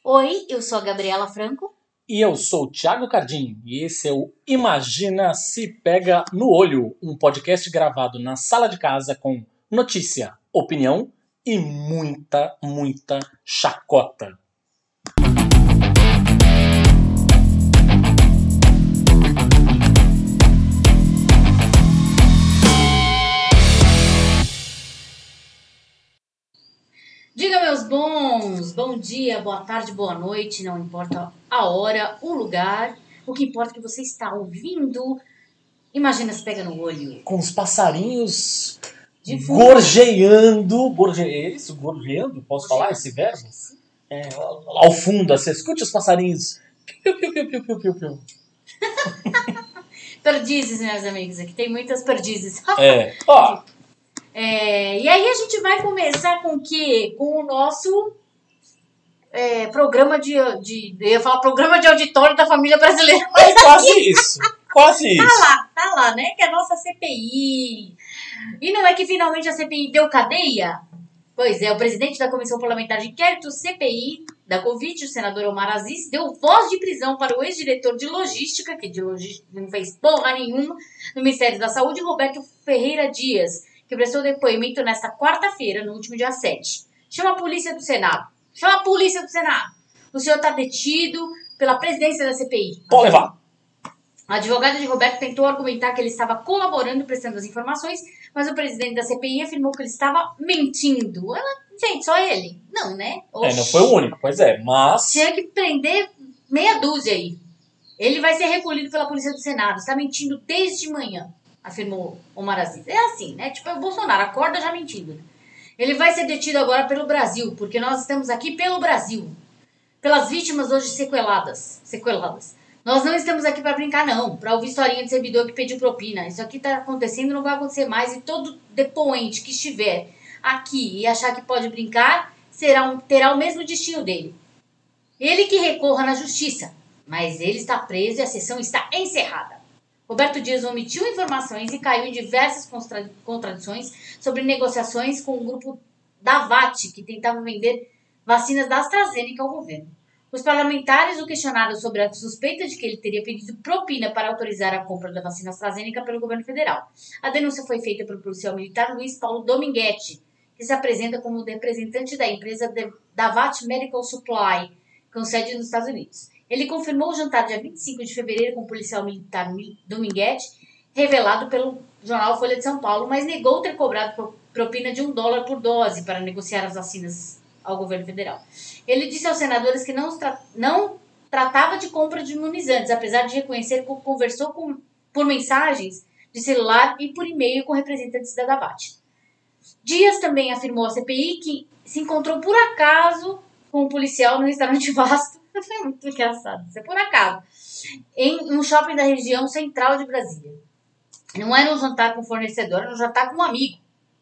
Oi, eu sou a Gabriela Franco. E eu sou o Thiago Cardim, e esse é o Imagina Se Pega no Olho, um podcast gravado na sala de casa com notícia, opinião e muita chacota. Diga, meus bons, bom dia, boa tarde, boa noite, não importa a hora, o lugar, o que importa é que você está ouvindo. Imagina Se Pega no Olho. Com os passarinhos De fundo. gorjeando, é isso? Gorjeando? Posso falar esse verbo? Ao fundo, você escute os passarinhos. Piu, piu, piu, piu, piu, piu, piu. Perdizes, meus amigos, aqui tem muitas perdizes. E aí a gente vai começar com o quê? Com o nosso programa eu ia falar programa de auditório da família brasileira. É quase isso. Tá lá, né? Que é a nossa CPI. E não é que finalmente a CPI deu cadeia? Pois é, o presidente da Comissão Parlamentar de Inquérito, CPI, da Covid, o senador Omar Aziz, deu voz de prisão para o ex-diretor de logística, que de logística não fez porra nenhuma, no Ministério da Saúde, Roberto Ferreira Dias, que prestou depoimento nesta quarta-feira, no último dia 7. Chama a polícia do Senado. O senhor está detido pela presidência da CPI. Pode levar. A advogada de Roberto tentou argumentar que ele estava colaborando, prestando as informações, mas o presidente da CPI afirmou que ele estava mentindo. Gente, só ele? Não, né? Não foi o único, pois é, mas... Tinha que prender meia dúzia aí. Ele vai ser recolhido pela polícia do Senado. Está mentindo desde manhã, afirmou Omar Aziz. É assim, né? Tipo, é o Bolsonaro, acorda já mentindo. Ele vai ser detido agora pelo Brasil, porque nós estamos aqui pelo Brasil. Pelas vítimas hoje sequeladas. Nós não estamos aqui para brincar, não. Para ouvir historinha de servidor que pediu propina. Isso aqui está acontecendo, não vai acontecer mais. E todo depoente que estiver aqui e achar que pode brincar, terá o mesmo destino dele. Ele que recorra na justiça. Mas ele está preso e a sessão está encerrada. Roberto Dias omitiu informações e caiu em diversas contradições sobre negociações com o grupo Davat, que tentava vender vacinas da AstraZeneca ao governo. Os parlamentares o questionaram sobre a suspeita de que ele teria pedido propina para autorizar a compra da vacina AstraZeneca pelo governo federal. A denúncia foi feita pelo policial militar Luiz Paulo Dominguete, que se apresenta como representante da empresa Davat Medical Supply, com sede nos Estados Unidos. Ele confirmou o jantar dia 25 de fevereiro com o policial militar Dominguete, revelado pelo jornal Folha de São Paulo, mas negou ter cobrado propina de $1 por dose para negociar as vacinas ao governo federal. Ele disse aos senadores que não tratava de compra de imunizantes, apesar de reconhecer que conversou por mensagens de celular e por e-mail com representantes da Davat. Dias também afirmou à CPI que se encontrou por acaso com um policial no restaurante Vasto. Foi muito engraçado, isso é por acaso. Em um shopping da região central de Brasília. Não era um jantar com fornecedor, era um jantar com um amigo,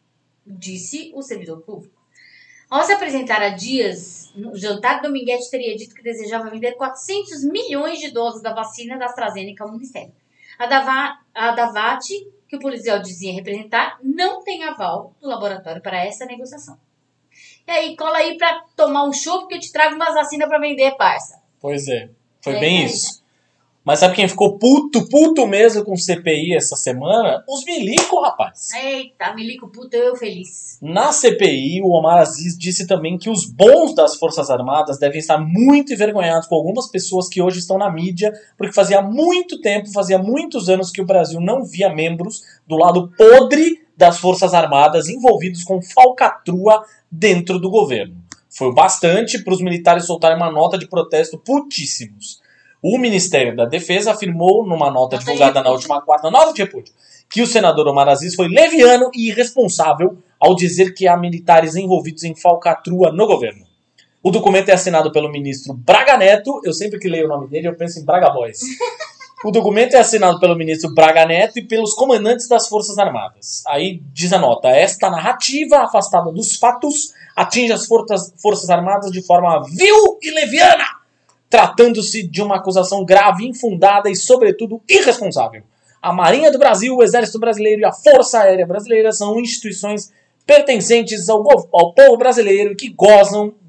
disse o servidor público. Ao se apresentar a Dias no jantar, Dominguete teria dito que desejava vender 400 milhões de doses da vacina da AstraZeneca ao Ministério. A Davat, que o policial dizia representar, não tem aval do laboratório para essa negociação. E aí, cola aí pra tomar um chopp que eu te trago umas vacinas pra vender, parça. Pois é, foi bem isso. Mas sabe quem ficou puto mesmo com CPI essa semana? Os milico, rapaz. Eita, milico puto, eu feliz. Na CPI, o Omar Aziz disse também que os bons das Forças Armadas devem estar muito envergonhados com algumas pessoas que hoje estão na mídia, porque fazia muito tempo, fazia muitos anos que o Brasil não via membros do lado podre das Forças Armadas envolvidos com falcatrua dentro do governo. Foi bastante para os militares soltarem uma nota de protesto putíssimos. O Ministério da Defesa afirmou numa nota divulgada na última quarta, nota de repúdio, que o senador Omar Aziz foi leviano e irresponsável ao dizer que há militares envolvidos em falcatrua no governo. O documento é assinado pelo ministro Braga Neto. Eu sempre que leio o nome dele eu penso em Braga Boys. O documento é assinado pelo ministro Braga Neto e pelos comandantes das Forças Armadas. Aí diz a nota: esta narrativa, afastada dos fatos, atinge as Forças Armadas de forma vil e leviana, tratando-se de uma acusação grave, infundada e, sobretudo, irresponsável. A Marinha do Brasil, o Exército Brasileiro e a Força Aérea Brasileira são instituições pertencentes ao povo brasileiro que gozam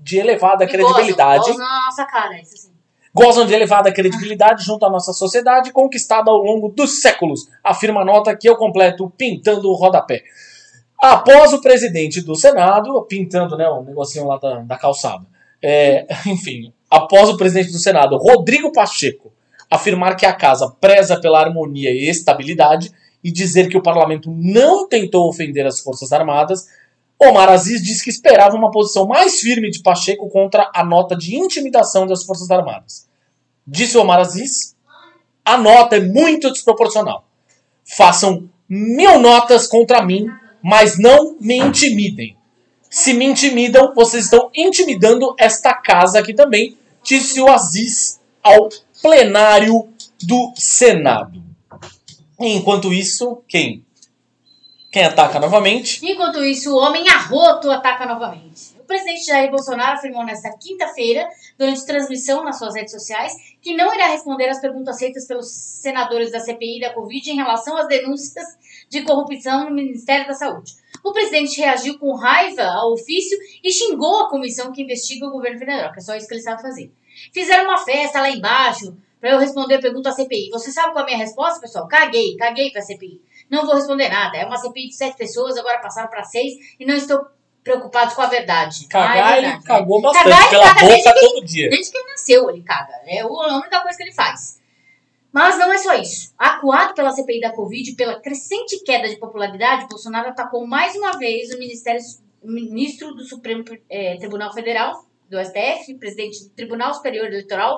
de elevada E credibilidade. Gozam na nossa cara, isso sim. Gozam de elevada credibilidade junto à nossa sociedade, conquistada ao longo dos séculos, afirma a nota que eu completo pintando o rodapé. Após o presidente do Senado, pintando, né, o negocinho lá da calçada, enfim, após o presidente do Senado, Rodrigo Pacheco, afirmar que a casa preza pela harmonia e estabilidade e dizer que o parlamento não tentou ofender as Forças Armadas, Omar Aziz disse que esperava uma posição mais firme de Pacheco contra a nota de intimidação das Forças Armadas. Disse Omar Aziz, a nota é muito desproporcional. Façam 1000 notas contra mim, mas não me intimidem. Se me intimidam, vocês estão intimidando esta casa aqui também, disse o Aziz ao plenário do Senado. Enquanto isso, quem ataca novamente? Enquanto isso, o homem arroto ataca novamente. O presidente Jair Bolsonaro afirmou nesta quinta-feira, durante transmissão nas suas redes sociais, que não irá responder às perguntas feitas pelos senadores da CPI da Covid em relação às denúncias de corrupção no Ministério da Saúde. O presidente reagiu com raiva ao ofício e xingou a comissão que investiga o governo federal, que é só isso que ele sabe fazer. Fizeram uma festa lá embaixo para eu responder a pergunta à CPI. Você sabe qual é a minha resposta, pessoal? Caguei pra CPI. Não vou responder nada. É uma CPI de 7 pessoas, agora passaram para 6 e não estou preocupado com a verdade. Cagar, verdade, ele cagou bastante cagar, pela boca todo dia. Desde que ele nasceu, ele caga. É a única coisa que ele faz. Mas não é só isso. Acuado pela CPI da Covid e pela crescente queda de popularidade, Bolsonaro atacou mais uma vez o ministro do Supremo Tribunal Federal, do STF, presidente do Tribunal Superior Eleitoral,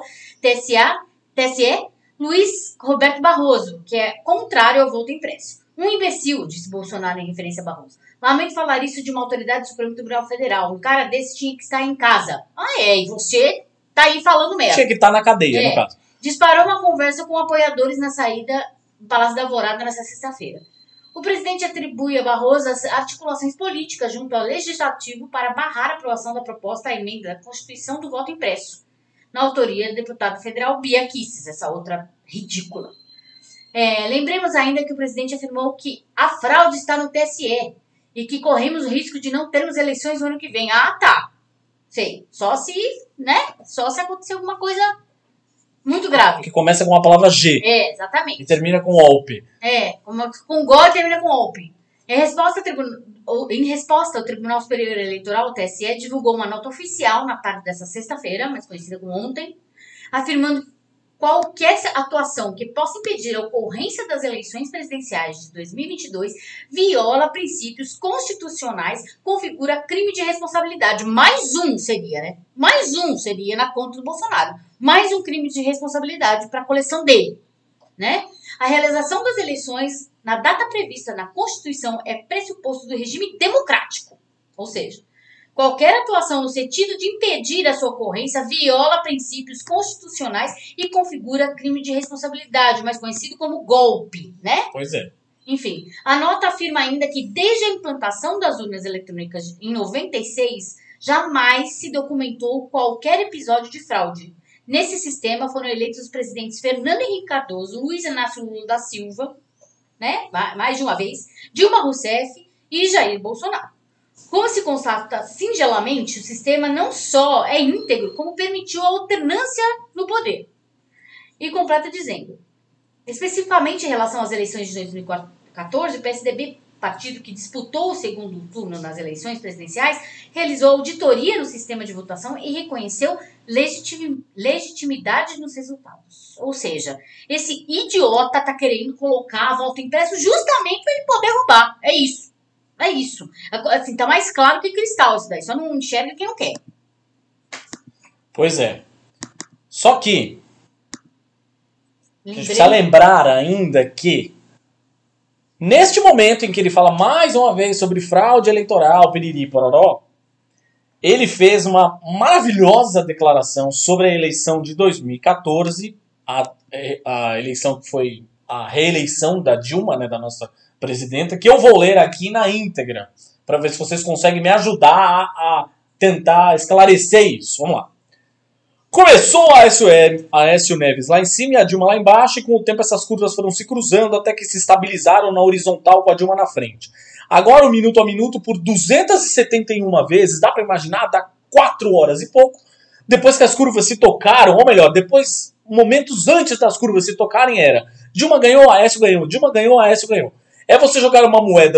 TSE, Luiz Roberto Barroso, que é contrário ao voto impresso. Um imbecil, disse Bolsonaro em referência a Barroso. Lamento falar isso de uma autoridade do Supremo Tribunal Federal. Um cara desse tinha que estar em casa. E você tá aí falando merda. Tinha que estar na cadeia, no caso. Disparou uma conversa com apoiadores na saída do Palácio da Alvorada nesta sexta-feira. O presidente atribui a Barroso as articulações políticas junto ao Legislativo para barrar a aprovação da proposta à emenda da Constituição do voto impresso, na autoria do deputado federal Bia Kicis, essa outra ridícula. Lembremos ainda que o presidente afirmou que a fraude está no TSE e que corremos o risco de não termos eleições no ano que vem. Ah, sei. Só se acontecer alguma coisa muito grave. Que começa com a palavra G. Exatamente. E termina com OLP. Com GO e termina com OLP. Em resposta, o Tribunal Superior Eleitoral, o TSE, divulgou uma nota oficial na tarde dessa sexta-feira, mais conhecida como ontem, afirmando que qualquer atuação que possa impedir a ocorrência das eleições presidenciais de 2022 viola princípios constitucionais, configura crime de responsabilidade. Mais um seria na conta do Bolsonaro. Mais um crime de responsabilidade para a coleção dele, né? A realização das eleições na data prevista na Constituição é pressuposto do regime democrático. Ou seja, qualquer atuação no sentido de impedir a sua ocorrência viola princípios constitucionais e configura crime de responsabilidade, mais conhecido como golpe, né? Pois é. Enfim, a nota afirma ainda que desde a implantação das urnas eletrônicas em 96, jamais se documentou qualquer episódio de fraude. Nesse sistema foram eleitos os presidentes Fernando Henrique Cardoso, Luiz Inácio Lula da Silva, né? Mais de uma vez, Dilma Rousseff e Jair Bolsonaro. Como se constata singelamente, o sistema não só é íntegro, como permitiu a alternância no poder. E completa dizendo, especificamente em relação às eleições de 2014, o PSDB, partido que disputou o segundo turno nas eleições presidenciais, realizou auditoria no sistema de votação e reconheceu legitimidade nos resultados. Ou seja, esse idiota está querendo colocar voto impresso justamente para ele poder roubar. É isso. Assim, tá mais claro que cristal isso daí. Só não enxerga quem não quer. Pois é. Só que a gente precisa lembrar ainda que neste momento em que ele fala mais uma vez sobre fraude eleitoral, piriri, pororó, ele fez uma maravilhosa declaração sobre a eleição de 2014, a eleição que foi a reeleição da Dilma, né, da nossa presidenta, que eu vou ler aqui na íntegra, para ver se vocês conseguem me ajudar a tentar esclarecer isso. Vamos lá. Começou a Aécio Neves lá em cima e a Dilma lá embaixo, e com o tempo essas curvas foram se cruzando até que se estabilizaram na horizontal com a Dilma na frente. Agora, o minuto a minuto, por 271 vezes, dá para imaginar, dá 4 horas e pouco, depois que as curvas se tocaram, ou melhor, depois, momentos antes das curvas se tocarem, era Dilma ganhou, Aécio ganhou, Dilma ganhou, Aécio ganhou. É você jogar uma moeda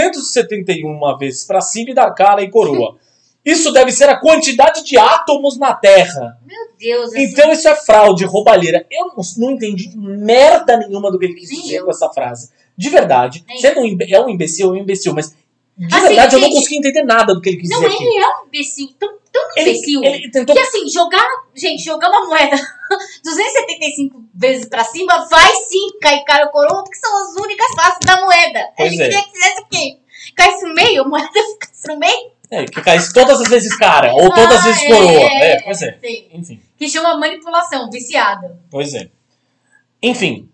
271 vezes pra cima e dar cara e coroa. Isso deve ser a quantidade de átomos na Terra. Meu Deus. Então isso é fraude, roubalheira. Eu não entendi merda nenhuma do que ele quis dizer com essa frase. De verdade. Sendo um imbecil, mas de verdade eu não consegui entender nada do que ele quis dizer aqui. Não, ele é um imbecil, tão imbecil. Ele tentou... Que assim, jogar uma moeda 275 vezes pra cima vai sim cair cara ou coroa, porque são as únicas faces da moeda. Ele queria que fizesse o quê? Caísse no meio, a moeda ficasse no meio? Que caísse todas as vezes cara, ou todas as vezes coroa. Pois é. Sim. Enfim. Que chama manipulação, viciada. Pois é. Enfim.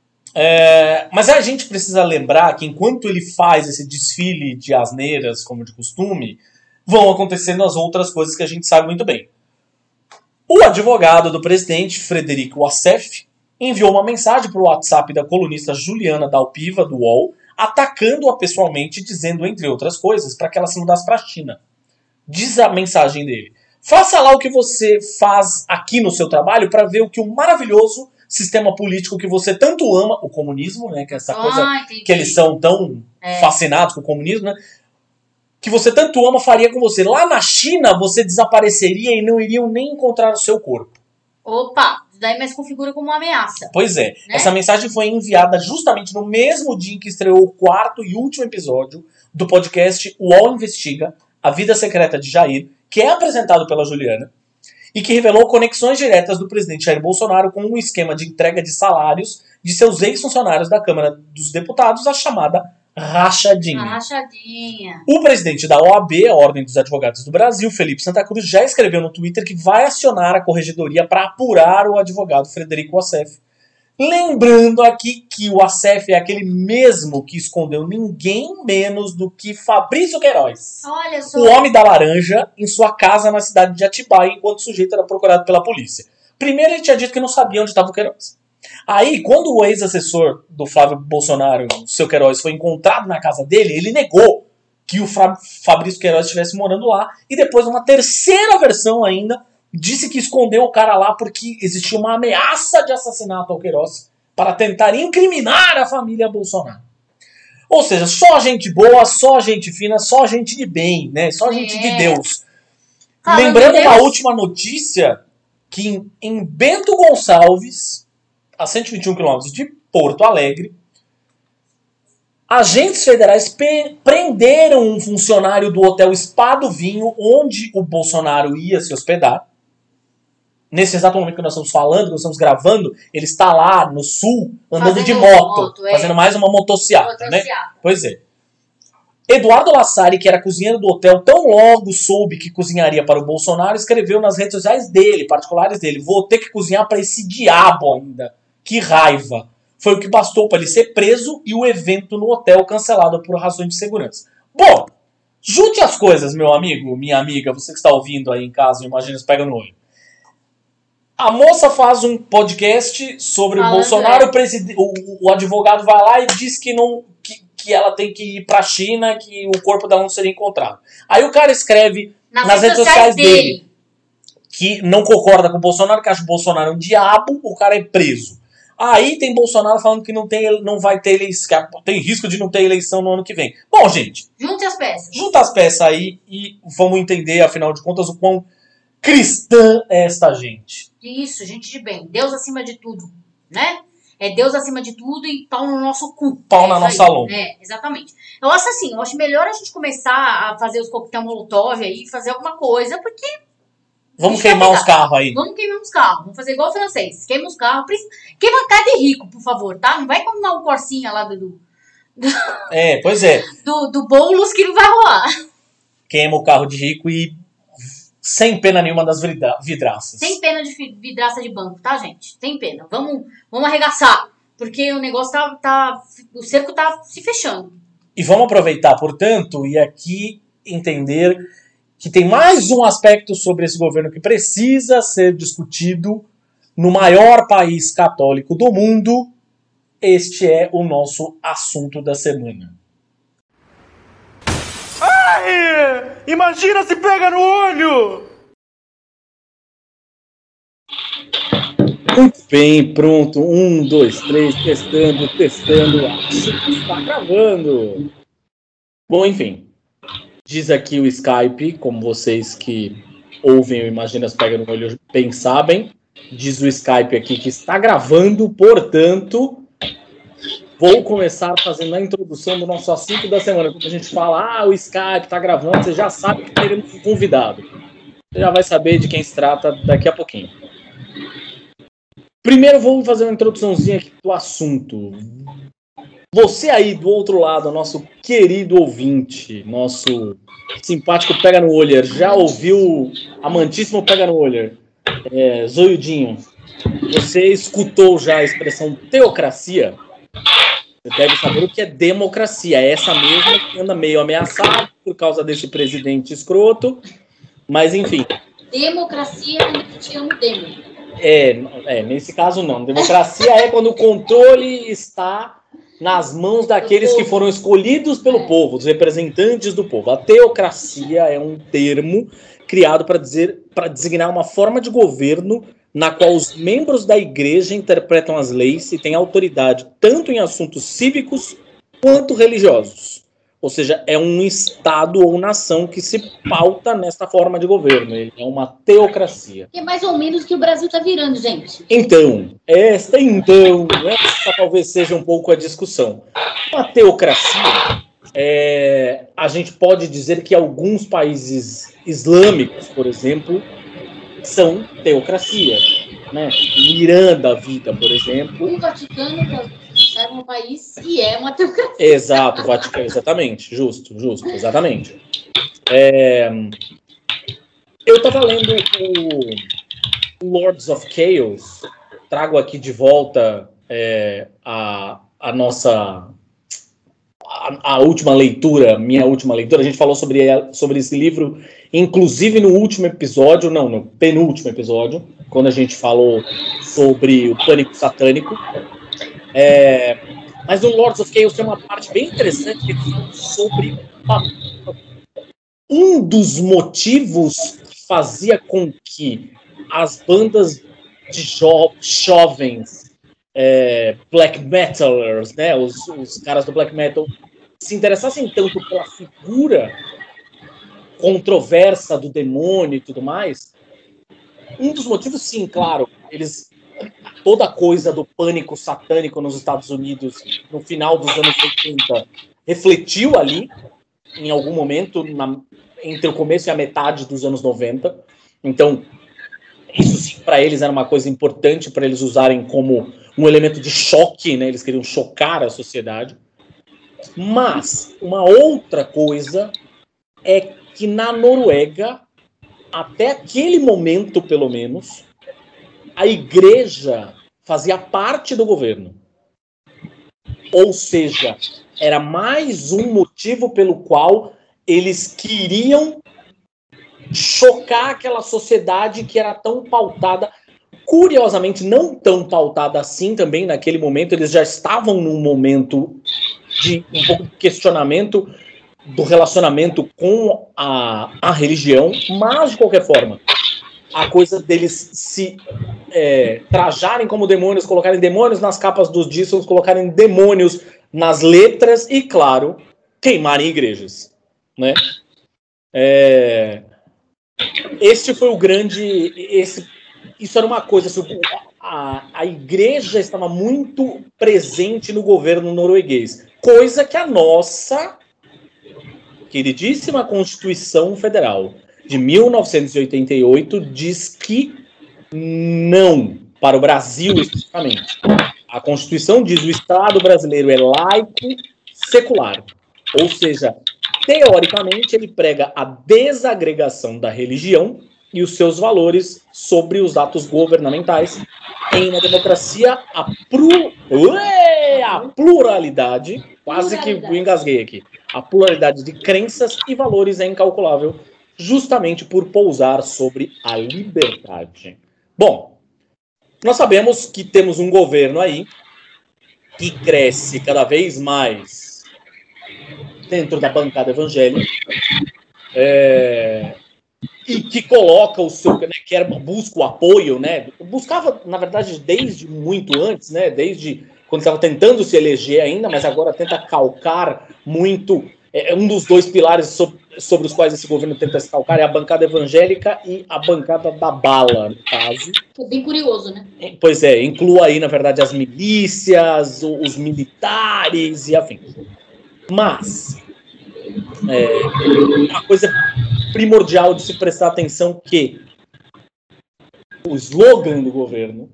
Mas a gente precisa lembrar que enquanto ele faz esse desfile de asneiras, como de costume, vão acontecendo as outras coisas que a gente sabe muito bem. O advogado do presidente, Frederico Wassef, enviou uma mensagem para o WhatsApp da colunista Juliana Dalpiva, do UOL, atacando-a pessoalmente, dizendo, entre outras coisas, para que ela se mudasse para a China. Diz a mensagem dele: faça lá o que você faz aqui no seu trabalho para ver o que o maravilhoso sistema político que você tanto ama, o comunismo, né, que é essa coisa que eles são tão fascinados com o comunismo, né, que você tanto ama faria com você. Lá na China você desapareceria e não iriam nem encontrar o seu corpo. Opa! Daí mais configura como uma ameaça. Pois é. Né? Essa mensagem foi enviada justamente no mesmo dia em que estreou o 4º e último episódio do podcast UOL Investiga, A Vida Secreta de Jair, que é apresentado pela Juliana, e que revelou conexões diretas do presidente Jair Bolsonaro com um esquema de entrega de salários de seus ex-funcionários da Câmara dos Deputados, a chamada rachadinha. A rachadinha. O presidente da OAB, a Ordem dos Advogados do Brasil, Felipe Santa Cruz, já escreveu no Twitter que vai acionar a corregedoria para apurar o advogado Frederico Wassef. Lembrando aqui que o Wassef é aquele mesmo que escondeu ninguém menos do que Fabrício Queiroz. Olha só. O homem da laranja em sua casa na cidade de Atibaia, enquanto o sujeito era procurado pela polícia. Primeiro ele tinha dito que não sabia onde estava o Queiroz. Aí, quando o ex-assessor do Flávio Bolsonaro, o seu Queiroz, foi encontrado na casa dele, ele negou que o Fabrício Queiroz estivesse morando lá. E depois, numa terceira versão ainda, disse que escondeu o cara lá porque existia uma ameaça de assassinato ao Queiroz para tentar incriminar a família Bolsonaro. Ou seja, só gente boa, só gente fina, só gente de bem, né? Só gente de Deus. Lembrando uma última notícia, que em Bento Gonçalves, a 121 quilômetros de Porto Alegre, agentes federais prenderam um funcionário do Hotel Spa do Vinho, onde o Bolsonaro ia se hospedar. Nesse exato momento que nós estamos falando, que nós estamos gravando, ele está lá no sul, andando de moto, fazendo mais uma motociata, né? Pois é. Eduardo Lassari, que era cozinheiro do hotel, tão logo soube que cozinharia para o Bolsonaro, escreveu nas redes sociais dele, particulares dele: vou ter que cozinhar para esse diabo ainda. Que raiva. Foi o que bastou para ele ser preso e o evento no hotel cancelado por razões de segurança. Bom, junte as coisas, meu amigo, minha amiga, você que está ouvindo aí em casa, imagina se pega no olho. A moça faz um podcast sobre o Bolsonaro, o advogado vai lá e diz que ela tem que ir para a China, que o corpo dela não seria encontrado. Aí o cara escreve nas redes sociais dele que não concorda com o Bolsonaro, que acha o Bolsonaro um diabo, o cara é preso. Aí tem Bolsonaro falando que não vai ter eleição, tem risco de não ter eleição no ano que vem. Bom, gente, junte as peças. Junta as peças aí e vamos entender, afinal de contas, o quão cristã é esta gente. Isso, gente de bem. Deus acima de tudo, né? É Deus acima de tudo e pau no nosso cu. Pau na nossa lomba. Exatamente. Eu acho assim, eu acho melhor a gente começar a fazer os coquetel molotov aí, fazer alguma coisa, porque... Vamos queimar os carros aí. Vamos queimar os carros. Vamos fazer igual o francês. Queima os carros. Queima cara de rico, por favor, tá? Não vai queimar o Corsinha lá pois é. Do Boulos que não vai rolar. Queima o carro de rico e sem pena nenhuma das vidraças. Sem pena de vidraça de banco, tá, gente? Sem pena. Vamos arregaçar. Porque o negócio o cerco tá se fechando. E vamos aproveitar, portanto, e aqui entender que tem mais um aspecto sobre esse governo que precisa ser discutido no maior país católico do mundo. Este é o nosso assunto da semana. Ai! Imagina se pega no olho! Muito bem, pronto. 1, 2, 3, testando. Acho que está gravando. Bom, enfim. Diz aqui o Skype, como vocês que ouvem o Imagina as Pega no Olho bem sabem. Diz o Skype aqui que está gravando, portanto, vou começar fazendo a introdução do nosso assunto da semana. Quando a gente fala, o Skype está gravando, você já sabe que teremos um convidado. Você já vai saber de quem se trata daqui a pouquinho. Primeiro, vamos fazer uma introduçãozinha aqui do assunto. Você aí do outro lado, nosso querido ouvinte, nosso simpático Pega no Olho, já ouviu amantíssimo Pega no Olho? Zoiudinho, você escutou já a expressão teocracia? Você deve saber o que é democracia. É essa mesma que anda meio ameaçada por causa desse presidente escroto. Mas, enfim. Democracia é quando te amo demo. Nesse caso não. Democracia é quando o controle está nas mãos daqueles que foram escolhidos pelo povo, dos representantes do povo. A teocracia é um termo criado para designar uma forma de governo na qual os membros da igreja interpretam as leis e têm autoridade tanto em assuntos cívicos quanto religiosos. Ou seja, é um estado ou nação que se pauta nesta forma de governo. Ele é uma teocracia. É mais ou menos o que o Brasil está virando, gente. Esta talvez seja um pouco a discussão. Uma teocracia, a gente pode dizer que alguns países islâmicos, por exemplo, são teocracias, né? Irã da vida, por exemplo. O Vaticano é um país e é uma teocracia. Exato, o Vaticano, exatamente, justo, exatamente. Eu estava lendo o Lords of Chaos, trago aqui de volta a nossa a última leitura, minha última leitura. A gente falou sobre esse livro, inclusive no penúltimo episódio, quando a gente falou sobre o pânico satânico. Mas no Lords of Chaos tem uma parte bem interessante que fala sobre um dos motivos que fazia com que as bandas de jovens black metalers, né, os caras do black metal, se interessassem tanto pela figura controversa do demônio e tudo mais. Um dos motivos, sim, claro, toda a coisa do pânico satânico nos Estados Unidos no final dos anos 80 refletiu ali em algum momento entre o começo e a metade dos anos 90. Então, isso sim, para eles era uma coisa importante para eles usarem como um elemento de choque, né? Eles queriam chocar a sociedade. Mas uma outra coisa é que na Noruega, até aquele momento pelo menos, a igreja fazia parte do governo. Ou seja, era mais um motivo pelo qual eles queriam chocar aquela sociedade que era tão pautada, curiosamente não tão pautada assim também naquele momento. Eles já estavam num momento de um pouco de questionamento do relacionamento com a religião, mas de qualquer forma, a coisa deles se trajarem como demônios, colocarem demônios nas capas dos discos, colocarem demônios nas letras e, claro, queimarem igrejas, né? Este foi o grande... Isso era uma coisa... Assim, a igreja estava muito presente no governo norueguês, coisa que a nossa queridíssima Constituição Federal de 1988 diz que não, para o Brasil especificamente. A Constituição diz que o Estado brasileiro é laico, secular. Ou seja, teoricamente, ele prega a desagregação da religião e os seus valores sobre os atos governamentais. Em uma democracia, a pluralidade, quase que engasguei aqui, a pluralidade de crenças e valores é incalculável, justamente por pousar sobre a liberdade. Bom, nós sabemos que temos um governo aí que cresce cada vez mais dentro da bancada evangélica. e que coloca o seu, né, busca o apoio, né? Buscava, na verdade, desde muito antes, né? Desde quando estava tentando se eleger ainda, mas agora tenta calcar muito. Um dos dois pilares sobre os quais esse governo tenta se calcar é a bancada evangélica e a bancada da bala, no caso. É bem curioso, né? Pois é, inclua aí, na verdade, as milícias, os militares e afim. Mas, uma coisa primordial de se prestar atenção que o slogan do governo,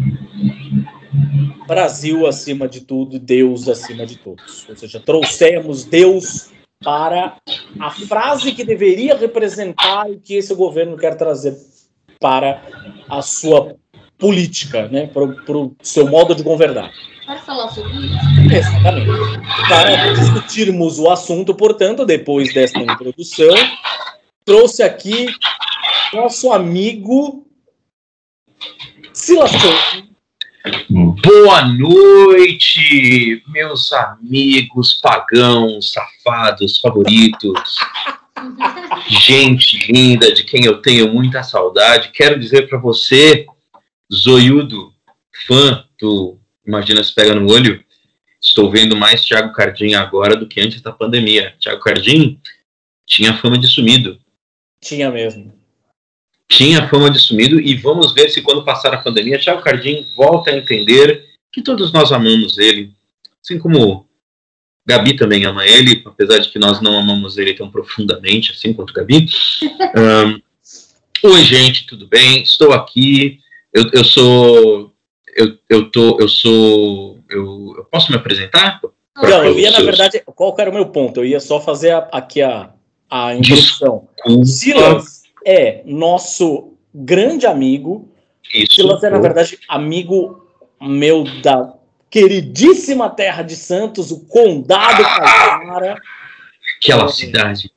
Brasil acima de tudo, Deus acima de todos. Ou seja, trouxemos Deus para a frase que deveria representar o que esse governo quer trazer para a sua política, né, para o seu modo de governar. Para falar sobre isso. Exatamente. Para discutirmos o assunto, portanto, depois desta introdução, trouxe aqui nosso amigo Silas Souza. Boa noite, meus amigos pagãos, safados, favoritos. Gente linda, de quem eu tenho muita saudade. Quero dizer para você, zoiudo, fã do Imagina Se Pega no Olho, estou vendo mais Thiago Cardim agora do que antes da pandemia. Thiago Cardim tinha fama de sumido. Tinha mesmo. Tinha fama de sumido, e vamos ver se quando passar a pandemia, Thiago Cardim volta a entender que todos nós amamos ele. Assim como Gabi também ama ele, apesar de que nós não amamos ele tão profundamente assim quanto Gabi. Oi, gente, tudo bem? Estou aqui. Eu posso me apresentar? Não, eu ia, na verdade, qual que era o meu ponto? Eu ia só fazer aqui a introdução. Silas é nosso grande amigo. Isso. Silas é, na verdade, amigo meu da queridíssima terra de Santos, o Condado Caiçara. Aquela cidade.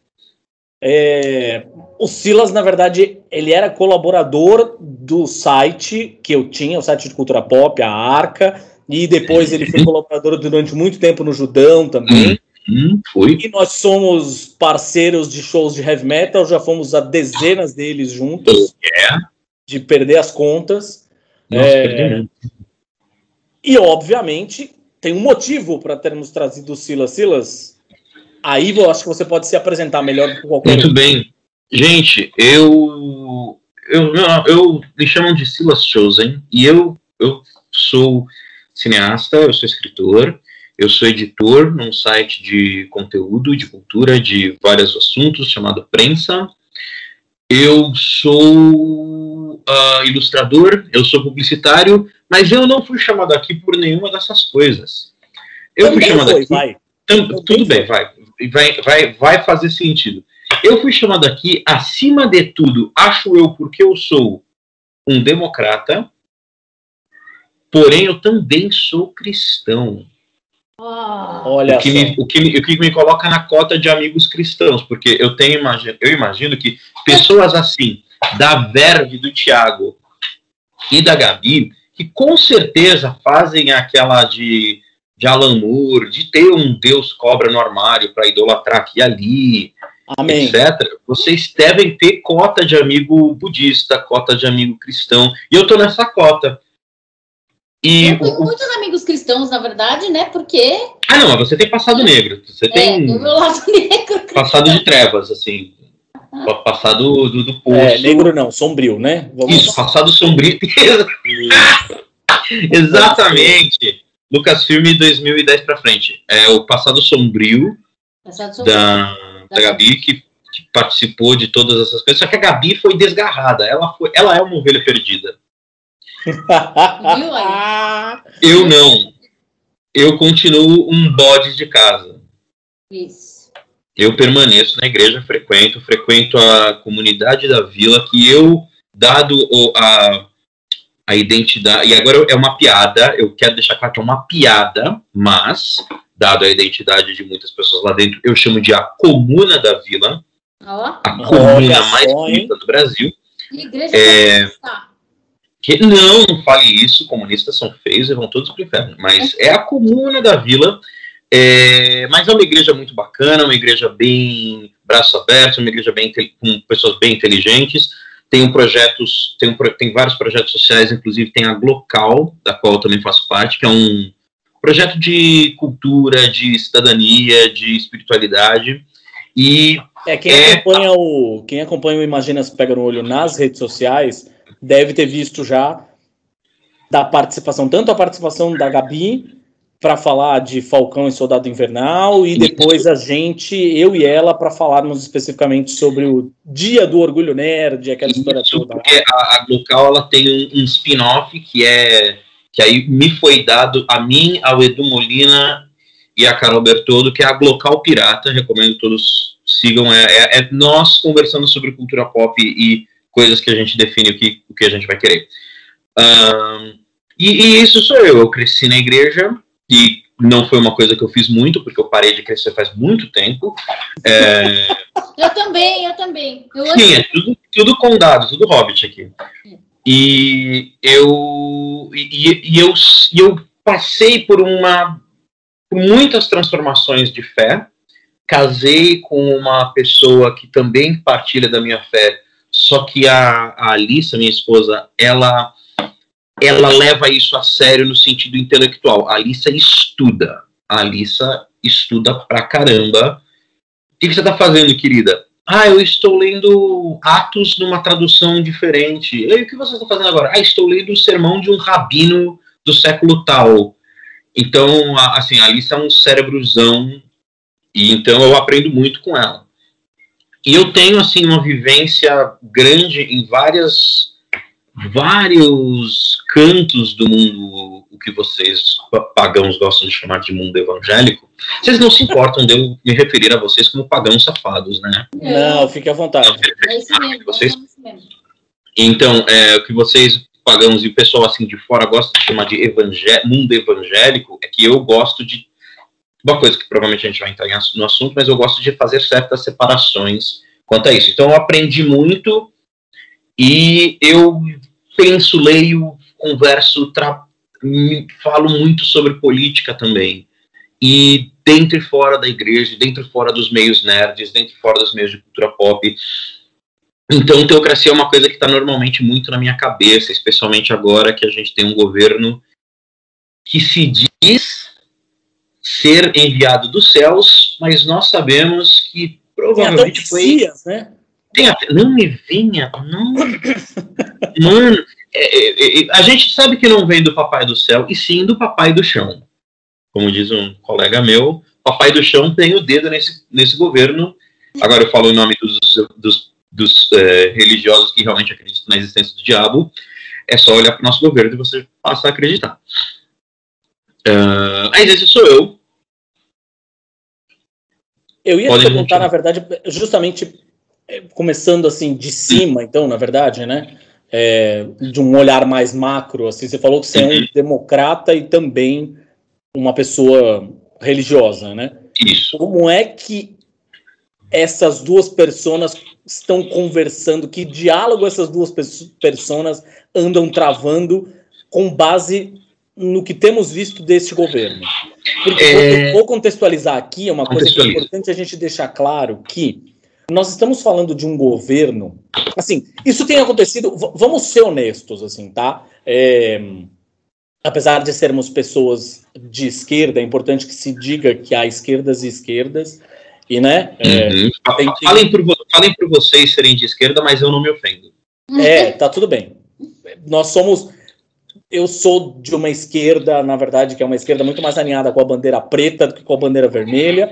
O Silas, na verdade, ele era colaborador do site que eu tinha, o site de cultura pop, a Arca, e depois ele foi colaborador durante muito tempo no Judão também. Foi. E nós somos parceiros de shows de heavy metal, já fomos a dezenas deles juntos, de perder as contas. Nossa, e, obviamente, tem um motivo para termos trazido o Silas. Silas, aí eu acho que você pode se apresentar melhor do que qualquer Muito bem. Gente, eu me chamam de Silas Chosen, e eu sou cineasta, eu sou escritor, eu sou editor num site de conteúdo, de cultura, de vários assuntos, chamado Prensa. Eu sou ilustrador, eu sou publicitário, mas eu não fui chamado aqui por nenhuma dessas coisas. Eu também fui chamado foi, aqui... vai. Tudo bem, vai fazer sentido. Eu fui chamado aqui, acima de tudo, acho eu, porque eu sou um democrata, porém eu também sou cristão. Olha o que me coloca na cota de amigos cristãos, porque eu imagino que pessoas assim, da verve do Thiago e da Gabi, que com certeza fazem aquela de Alan Moore, de ter um Deus cobra no armário para idolatrar aqui e ali, amém, etc. Vocês devem ter cota de amigo budista, cota de amigo cristão, e eu tô nessa cota. E eu tenho muitos amigos cristãos, na verdade, né? Porque... não, mas você tem passado negro. Você tem do meu lado negro. Passado de trevas, assim. Passado do poço. Negro não, sombrio, né? Isso, passado sombrio. Exatamente. Lucasfilm 2010 pra frente. É o passado sombrio, da Gabi, que participou de todas essas coisas. Só que a Gabi foi desgarrada. Ela é uma ovelha perdida. Eu não. Eu continuo um bode de casa. Isso. Eu permaneço na igreja, frequento a comunidade da vila, que eu, dado a identidade, e agora é uma piada, eu quero deixar claro que é uma piada, mas, dado a identidade de muitas pessoas lá dentro, eu chamo de a comuna da vila, a comuna mais bonita do Brasil. E igreja Não fale isso, comunistas são feios e vão todos pro inferno, mas é a comuna da vila, mas é uma igreja muito bacana, uma igreja bem braço aberto, uma igreja com pessoas bem inteligentes. Tem vários projetos sociais, inclusive tem a Glocal, da qual eu também faço parte, que é um projeto de cultura, de cidadania, de espiritualidade. E quem acompanha o Imagina Se Pega no Olho nas redes sociais deve ter visto já da participação, tanto a participação da Gabi para falar de Falcão e Soldado Invernal, e depois eu e ela, para falarmos especificamente sobre o Dia do Orgulho Nerd, aquela história toda. Porque a Glocal, ela tem um spin-off que aí me foi dado a mim, ao Edu Molina e a Carol Bertoldo, que é a Glocal Pirata. Recomendo que todos sigam. É nós conversando sobre cultura pop e coisas que a gente define o que a gente vai querer. E isso sou eu. Eu cresci na igreja e não foi uma coisa que eu fiz muito, porque eu parei de crescer faz muito tempo. Eu também. Sim, é tudo condado, tudo hobbit aqui. E eu passei por muitas transformações de fé. Casei com uma pessoa que também partilha da minha fé, só que a Alissa, minha esposa, ela leva isso a sério no sentido intelectual. A Alissa estuda pra caramba. O que você está fazendo, querida? Eu estou lendo Atos numa tradução diferente. E o que você está fazendo agora? Estou lendo o sermão de um rabino do século tal. Então, assim, a Alissa é um cérebrozão, e então eu aprendo muito com ela. E eu tenho, assim, uma vivência grande em vários cantos do mundo, o que vocês pagãos gostam de chamar de mundo evangélico. Vocês não se importam de eu me referir a vocês como pagãos safados, né? Não, fique à vontade. É isso mesmo, vocês... Então, o que vocês pagãos e o pessoal assim de fora gostam de chamar de mundo evangélico, é que eu gosto de uma coisa que provavelmente a gente vai entrar no assunto, mas eu gosto de fazer certas separações quanto a isso. Então eu aprendi muito e eu penso, leio, converso, falo muito sobre política também. E dentro e fora da igreja, dentro e fora dos meios nerds, dentro e fora dos meios de cultura pop. Então, teocracia é uma coisa que está normalmente muito na minha cabeça, especialmente agora que a gente tem um governo que se diz ser enviado dos céus, mas nós sabemos que provavelmente foi... né? Não me vinha, não. Mano, a gente sabe que não vem do papai do céu, e sim do papai do chão. Como diz um colega meu, papai do chão tem o dedo nesse governo. Agora eu falo em nome dos religiosos que realmente acreditam na existência do diabo. É só olhar para o nosso governo e você passa a acreditar. Mas esse sou eu. Eu ia te perguntar, na verdade, justamente começando assim de cima, então, na verdade, né? De um olhar mais macro, assim, você falou que você é um democrata e também uma pessoa religiosa, né? Isso. Como é que essas duas personas estão conversando? Que diálogo essas duas personas andam travando com base no que temos visto deste governo? Porque vou contextualizar aqui, é uma coisa que é importante a gente deixar claro que nós estamos falando de um governo, assim, isso tem acontecido, vamos ser honestos, assim, tá? Apesar de sermos pessoas de esquerda, é importante que se diga que há esquerdas e esquerdas, e, né? Falem por vocês serem de esquerda, mas eu não me ofendo. Tá tudo bem. Eu sou de uma esquerda, na verdade, que é uma esquerda muito mais alinhada com a bandeira preta do que com a bandeira vermelha.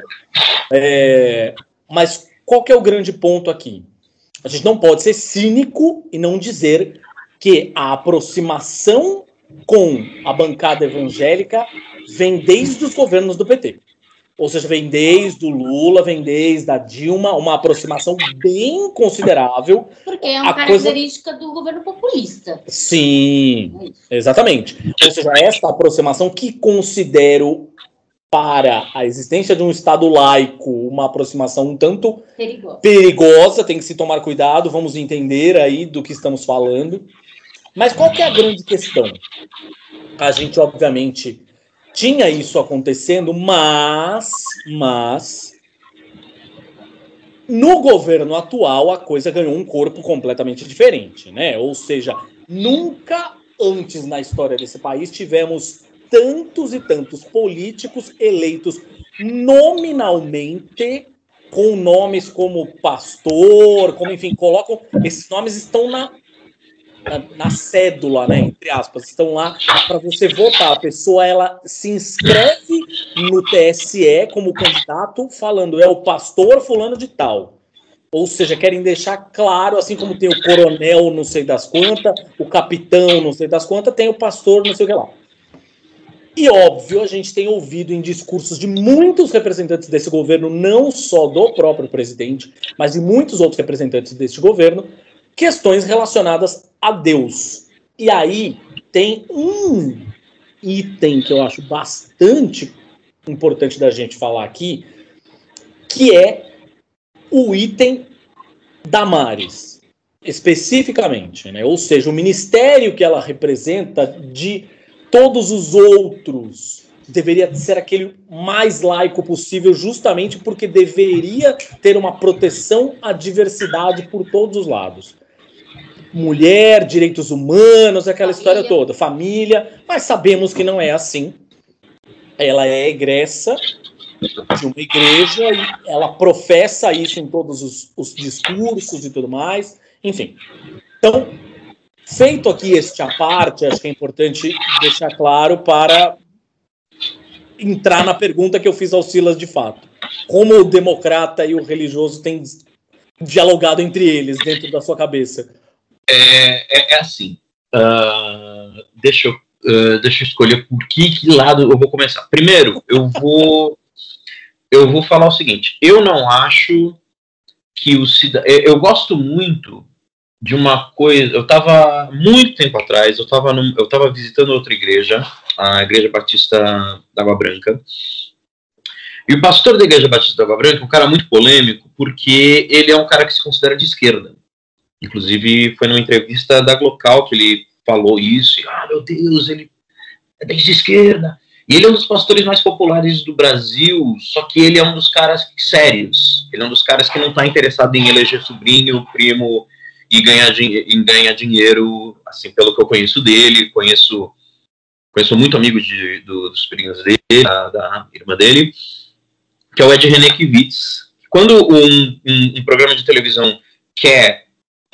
Mas qual que é o grande ponto aqui? A gente não pode ser cínico e não dizer que a aproximação com a bancada evangélica vem desde os governos do PT. Ou seja, vem desde o Lula, vem desde a Dilma, uma aproximação bem considerável. Porque é uma característica do governo populista. Sim, exatamente. Ou seja, esta aproximação que considero para a existência de um Estado laico uma aproximação um tanto perigosa, tem que se tomar cuidado, vamos entender aí do que estamos falando. Mas qual que é a grande questão? A gente, obviamente, tinha isso acontecendo, mas No governo atual, a coisa ganhou um corpo completamente diferente, né? Ou seja, nunca antes na história desse país tivemos tantos e tantos políticos eleitos nominalmente, com nomes como pastor, como enfim, colocam. Esses nomes estão na cédula, né? Entre aspas, estão lá para você votar. A pessoa ela se inscreve no TSE como candidato, falando é o pastor fulano de tal. Ou seja, querem deixar claro, assim como tem o coronel não sei das quantas, o capitão não sei das quantas, tem o pastor não sei o que lá. E óbvio, a gente tem ouvido em discursos de muitos representantes desse governo, não só do próprio presidente, mas de muitos outros representantes desse governo, questões relacionadas a Deus. E aí tem um item que eu acho bastante importante da gente falar aqui, que é o item Damares, especificamente, né? Ou seja, o ministério que ela representa de todos os outros deveria ser aquele mais laico possível, justamente porque deveria ter uma proteção à diversidade por todos os lados. Mulher, direitos humanos, aquela história toda, família, mas sabemos que não é assim. Ela é egressa de uma igreja e ela professa isso em todos os discursos e tudo mais, enfim. Então, feito aqui este à parte, acho que é importante deixar claro para entrar na pergunta que eu fiz ao Silas de fato. Como o democrata e o religioso têm dialogado entre eles dentro da sua cabeça? É assim. Deixa eu escolher por que lado eu vou começar. Primeiro, eu vou falar o seguinte. Eu não acho que o cidadão... Eu gosto muito de uma coisa... Eu estava, muito tempo atrás, eu estava visitando outra igreja, a Igreja Batista da Água Branca, e o pastor da Igreja Batista da Água Branca é um cara muito polêmico, porque ele é um cara que se considera de esquerda. Inclusive, foi numa entrevista da Glocal que ele falou isso, e, meu Deus, ele é de esquerda. E ele é um dos pastores mais populares do Brasil, só que ele é um dos caras sérios. Ele é um dos caras que não está interessado em eleger sobrinho, primo e ganhar dinheiro, assim, pelo que eu conheço dele. Conheço muito amigo dos sobrinhos dele, da irmã dele, que é o Ed Renekiewicz. Quando um programa de televisão quer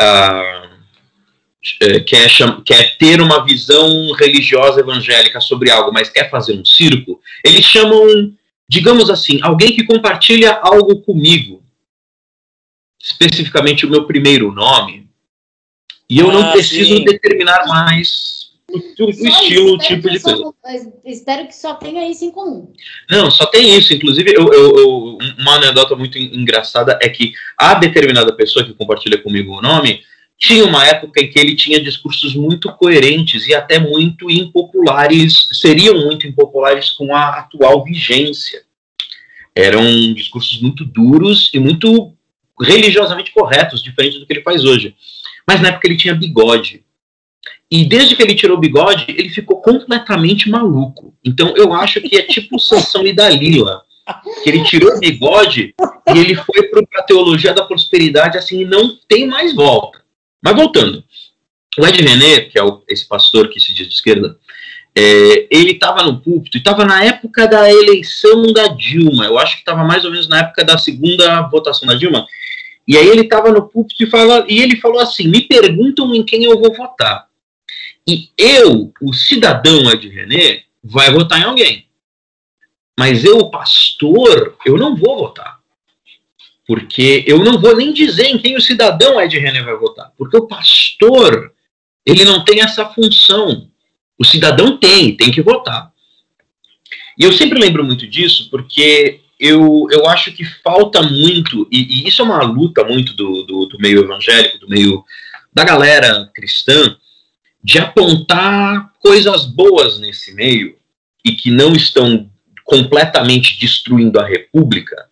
ter uma visão religiosa evangélica sobre algo, mas quer fazer um circo, eles chamam, digamos assim, alguém que compartilha algo comigo, especificamente o meu primeiro nome, e eu não preciso determinar mais o estilo, o tipo de coisa. Espero que só tenha isso em comum. Não, só tem isso. Inclusive, uma anedota muito engraçada é que a determinada pessoa que compartilha comigo o nome tinha uma época em que ele tinha discursos muito coerentes e até muito impopulares, seriam muito impopulares com a atual vigência. Eram discursos muito duros e muito religiosamente corretos, diferente do que ele faz hoje. Mas na época ele tinha bigode. E desde que ele tirou o bigode, ele ficou completamente maluco. Então eu acho que é tipo Sansão e Dalila, que ele tirou o bigode e ele foi para a teologia da prosperidade, assim, e não tem mais volta. Mas voltando, o Ed René, que é esse pastor que se diz de esquerda, ele estava no púlpito, e estava na época da eleição da Dilma, eu acho que estava mais ou menos na época da segunda votação da Dilma, e aí ele estava no púlpito e ele falou assim, me perguntam em quem eu vou votar. E eu, o cidadão Ed René, vai votar em alguém. Mas eu, o pastor, eu não vou votar. Porque eu não vou nem dizer em quem o cidadão Ed René vai votar. Porque o pastor, ele não tem essa função. O cidadão tem que votar. E eu sempre lembro muito disso, porque eu acho que falta muito, e isso é uma luta muito do meio evangélico, do meio da galera cristã, de apontar coisas boas nesse meio e que não estão completamente destruindo a República.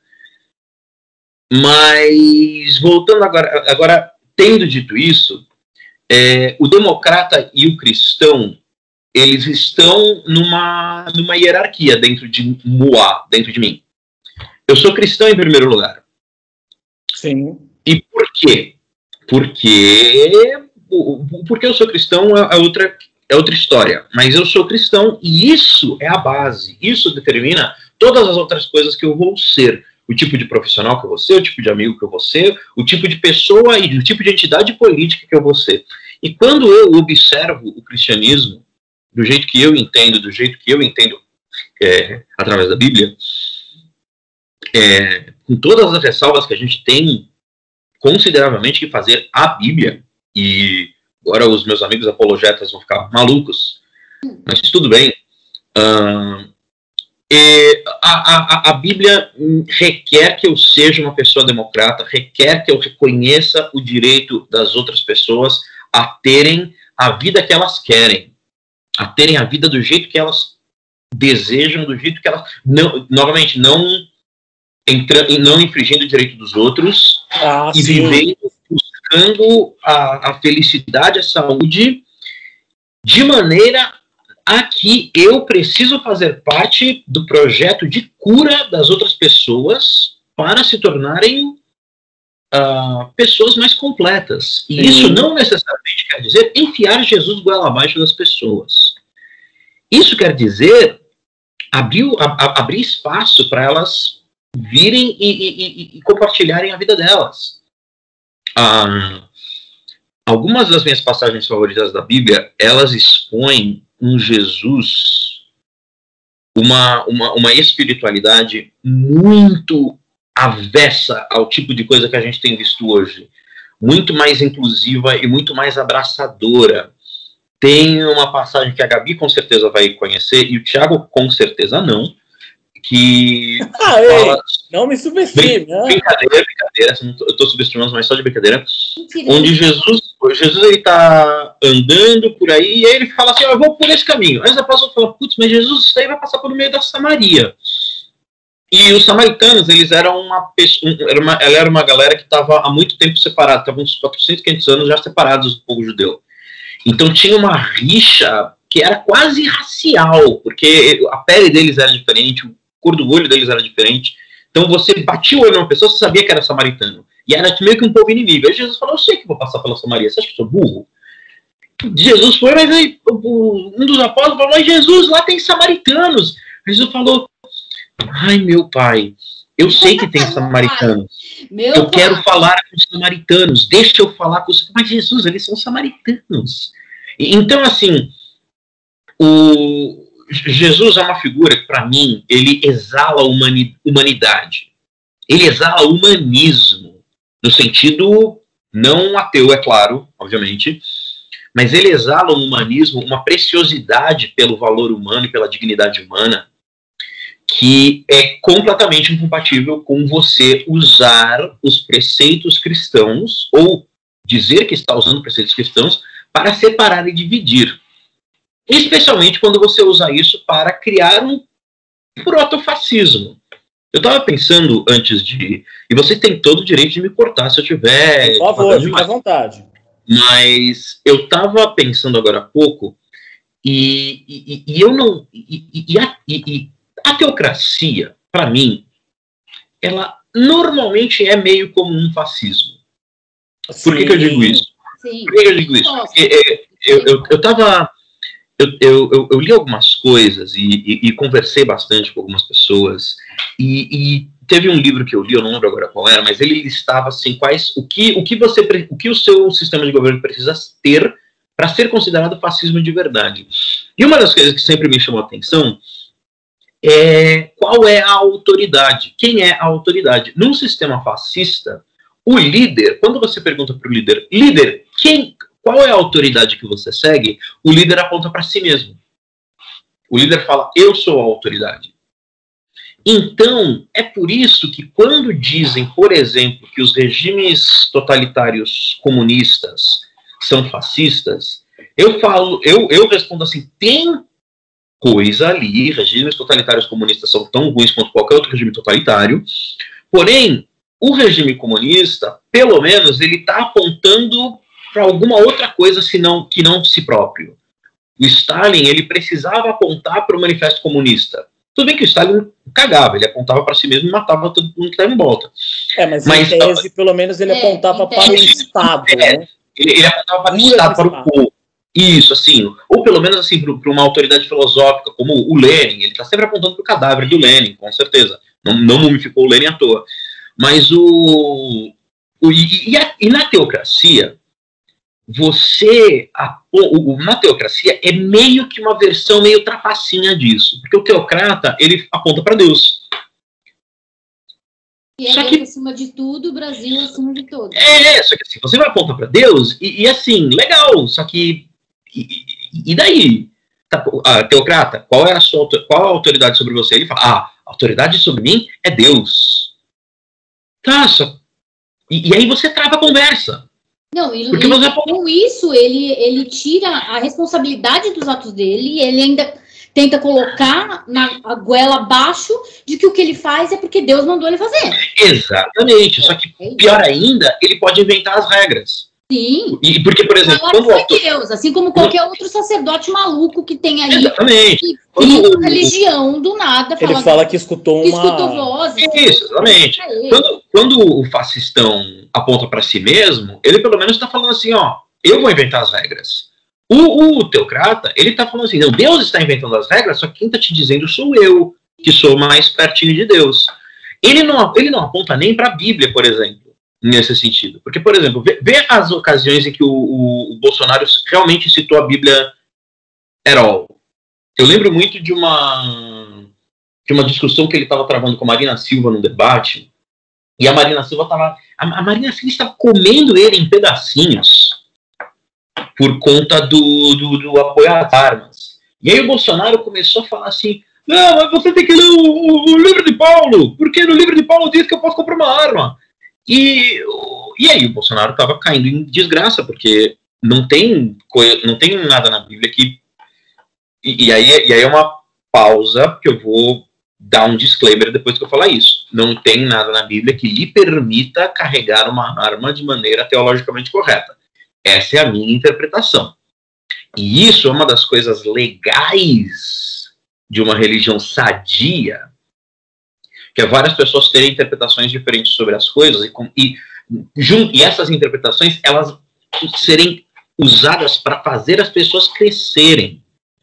Mas, voltando agora tendo dito isso, o democrata e o cristão, eles estão numa hierarquia dentro de mim. Eu sou cristão em primeiro lugar. Sim. E por quê? Porque eu sou cristão é outra história. Mas eu sou cristão e isso é a base. Isso determina todas as outras coisas que eu vou ser. O tipo de profissional que eu vou ser, o tipo de amigo que eu vou ser, o tipo de pessoa e o tipo de entidade política que eu vou ser. E quando eu observo o cristianismo do jeito que eu entendo, através da Bíblia, com todas as ressalvas que a gente tem consideravelmente que fazer a Bíblia, e agora os meus amigos apologetas vão ficar malucos, mas tudo bem. A Bíblia requer que eu seja uma pessoa democrata, requer que eu reconheça o direito das outras pessoas a terem a vida que elas querem, a terem a vida do jeito que elas desejam, do jeito que elas... novamente, não infringindo o direito dos outros, e vivendo, buscando a felicidade, a saúde, de maneira a que eu preciso fazer parte do projeto de cura das outras pessoas para se tornarem pessoas mais completas. E isso não necessariamente quer dizer enfiar Jesus goela abaixo das pessoas. Isso quer dizer abrir espaço para elas virem e compartilharem a vida delas. Algumas das minhas passagens favoritas da Bíblia, elas expõem um Jesus, uma espiritualidade muito avessa ao tipo de coisa que a gente tem visto hoje. Muito mais inclusiva e muito mais abraçadora. Tem uma passagem que a Gabi com certeza vai conhecer, e o Thiago com certeza não, que fala... Não me subestime. Brincadeira, eu estou subestimando, mas só de brincadeira. Onde Jesus ele está andando por aí, e aí ele fala assim, eu vou por esse caminho. Aí a pessoa fala, putz, mas Jesus, isso aí vai passar por meio da Samaria. E os samaritanos, eles eram era uma galera que estava há muito tempo separada, estavam uns 400, 500 anos já separados do povo judeu. Então tinha uma rixa que era quase racial, porque a pele deles era diferente, o cor do olho deles era diferente. Então você batia o olho numa pessoa, você sabia que era samaritano. E era meio que um povo inimigo. Aí Jesus falou, eu sei que vou passar pela Samaria, você acha que eu sou burro? Jesus foi, mas aí um dos apóstolos falou, mas Jesus, lá tem samaritanos. Jesus falou, ai meu pai, eu sei que tem samaritanos. Eu quero falar com os samaritanos, deixa eu falar com os... Mas Jesus, eles são samaritanos. Então assim, Jesus é uma figura que, para mim, ele exala humanidade. Ele exala humanismo, no sentido não ateu, é claro, obviamente, mas ele exala um humanismo, uma preciosidade pelo valor humano e pela dignidade humana, que é completamente incompatível com você usar os preceitos cristãos, ou dizer que está usando preceitos cristãos, para separar e dividir. Especialmente quando você usa isso para criar um protofascismo. Eu estava pensando antes de... E vocês têm todo o direito de me cortar se eu tiver... Por favor, fique à vontade. Mas eu estava pensando agora há pouco, e eu não... A teocracia, para mim, ela normalmente é meio como um fascismo. Por que eu digo isso? Sim. Por que eu digo isso? Porque eu li algumas coisas e conversei bastante com algumas pessoas, e teve um livro que eu li, eu não lembro agora qual era, mas ele listava assim, o que o seu sistema de governo precisa ter para ser considerado fascismo de verdade. E uma das coisas que sempre me chamou a atenção é qual é a autoridade. Quem é a autoridade? Num sistema fascista, o líder, quando você pergunta para o líder, qual é a autoridade que você segue? O líder aponta para si mesmo. O líder fala, eu sou a autoridade. Então, é por isso que quando dizem, por exemplo, que os regimes totalitários comunistas são fascistas, eu respondo assim, tem coisa ali, regimes totalitários comunistas são tão ruins quanto qualquer outro regime totalitário, porém, o regime comunista, pelo menos, ele está apontando para alguma outra coisa que não si próprio. O Stalin, ele precisava apontar para o Manifesto Comunista. Tudo bem que o Stalin cagava, ele apontava para si mesmo e matava todo mundo que estava em volta. Mas em tese, pelo menos, ele apontava para o Estado, né? Ele apontava para o Estado, para o povo. Isso, assim, ou pelo menos assim, para uma autoridade filosófica, como o Lenin, ele está sempre apontando para o cadáver do Lenin, com certeza. Não mumificou o Lenin à toa. Mas na teocracia, na teocracia é meio que uma versão meio trapacinha disso. Porque o teocrata, ele aponta para Deus. E é Deus acima de tudo, o Brasil acima de todos. Só que assim, você vai apontar para Deus e assim, legal, só que e daí? Teocrata, qual é a autoridade sobre você? Ele fala, a autoridade sobre mim é Deus. Tá, só... E aí você trava a conversa. Não, com isso, ele tira a responsabilidade dos atos dele, e ele ainda tenta colocar a goela abaixo de que o que ele faz é porque Deus mandou ele fazer. Exatamente, só que pior ainda, ele pode inventar as regras. Sim. E porque, por exemplo, quando Deus, assim como qualquer outro sacerdote maluco que tem aí, exatamente. Que cria uma religião do nada. Ele fala que escutou vozes. Isso, exatamente. Quando o fascistão aponta para si mesmo, ele pelo menos está falando assim, ó, eu vou inventar as regras. O teocrata, ele está falando assim, não, Deus está inventando as regras, só que quem está te dizendo sou eu, que sou mais pertinho de Deus. Ele não aponta nem para a Bíblia, por exemplo. Nesse sentido. Porque, por exemplo, vê as ocasiões em que o Bolsonaro realmente citou a Bíblia at all. Eu lembro muito de uma discussão que ele estava travando com a Marina Silva num debate, e a Marina Silva estava comendo ele em pedacinhos por conta do apoio às armas. E aí o Bolsonaro começou a falar assim, não, mas você tem que ler o livro de Paulo, porque no livro de Paulo diz que eu posso comprar uma arma. E aí o Bolsonaro estava caindo em desgraça, porque não tem nada na Bíblia que... E aí é uma pausa, que eu vou dar um disclaimer depois que eu falar isso. Não tem nada na Bíblia que lhe permita carregar uma arma de maneira teologicamente correta. Essa é a minha interpretação. E isso é uma das coisas legais de uma religião sadia, que é várias pessoas terem interpretações diferentes sobre as coisas e essas interpretações elas serem usadas para fazer as pessoas crescerem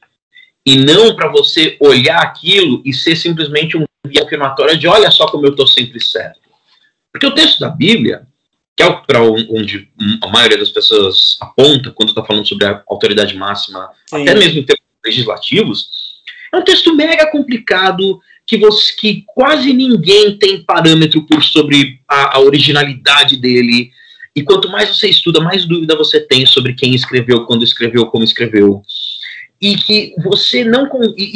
e não para você olhar aquilo e ser simplesmente um via afirmatório de olha só como eu estou sempre certo. Porque o texto da Bíblia, que é para onde a maioria das pessoas aponta quando está falando sobre a autoridade máxima, sim, até mesmo em termos legislativos, é um texto mega complicado que quase ninguém tem parâmetro sobre a originalidade dele. E quanto mais você estuda, mais dúvida você tem sobre quem escreveu, quando escreveu, como escreveu. E que você não...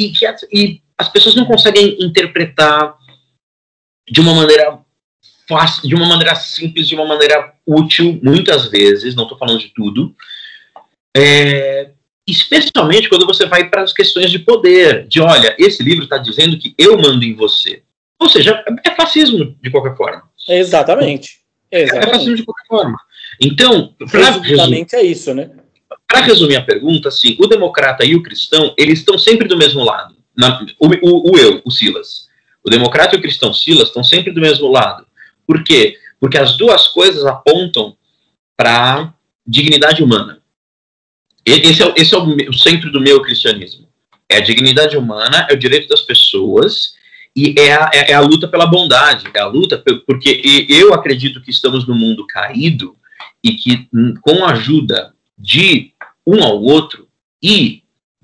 E as pessoas não conseguem interpretar de uma maneira fácil, de uma maneira simples, de uma maneira útil, muitas vezes, não estou falando de tudo. Especialmente quando você vai para as questões de poder, de olha, esse livro está dizendo que eu mando em você. Ou seja, é fascismo de qualquer forma. Exatamente. É fascismo de qualquer forma. Então, resumidamente é isso, né? Para resumir a pergunta, assim, o democrata e o cristão, eles estão sempre do mesmo lado. O Silas. O democrata e o cristão Silas estão sempre do mesmo lado. Por quê? Porque as duas coisas apontam para dignidade humana. Esse é o centro do meu cristianismo. É a dignidade humana, é o direito das pessoas e é a luta pela bondade. É a luta porque eu acredito que estamos num mundo caído e que com a ajuda de um ao outro e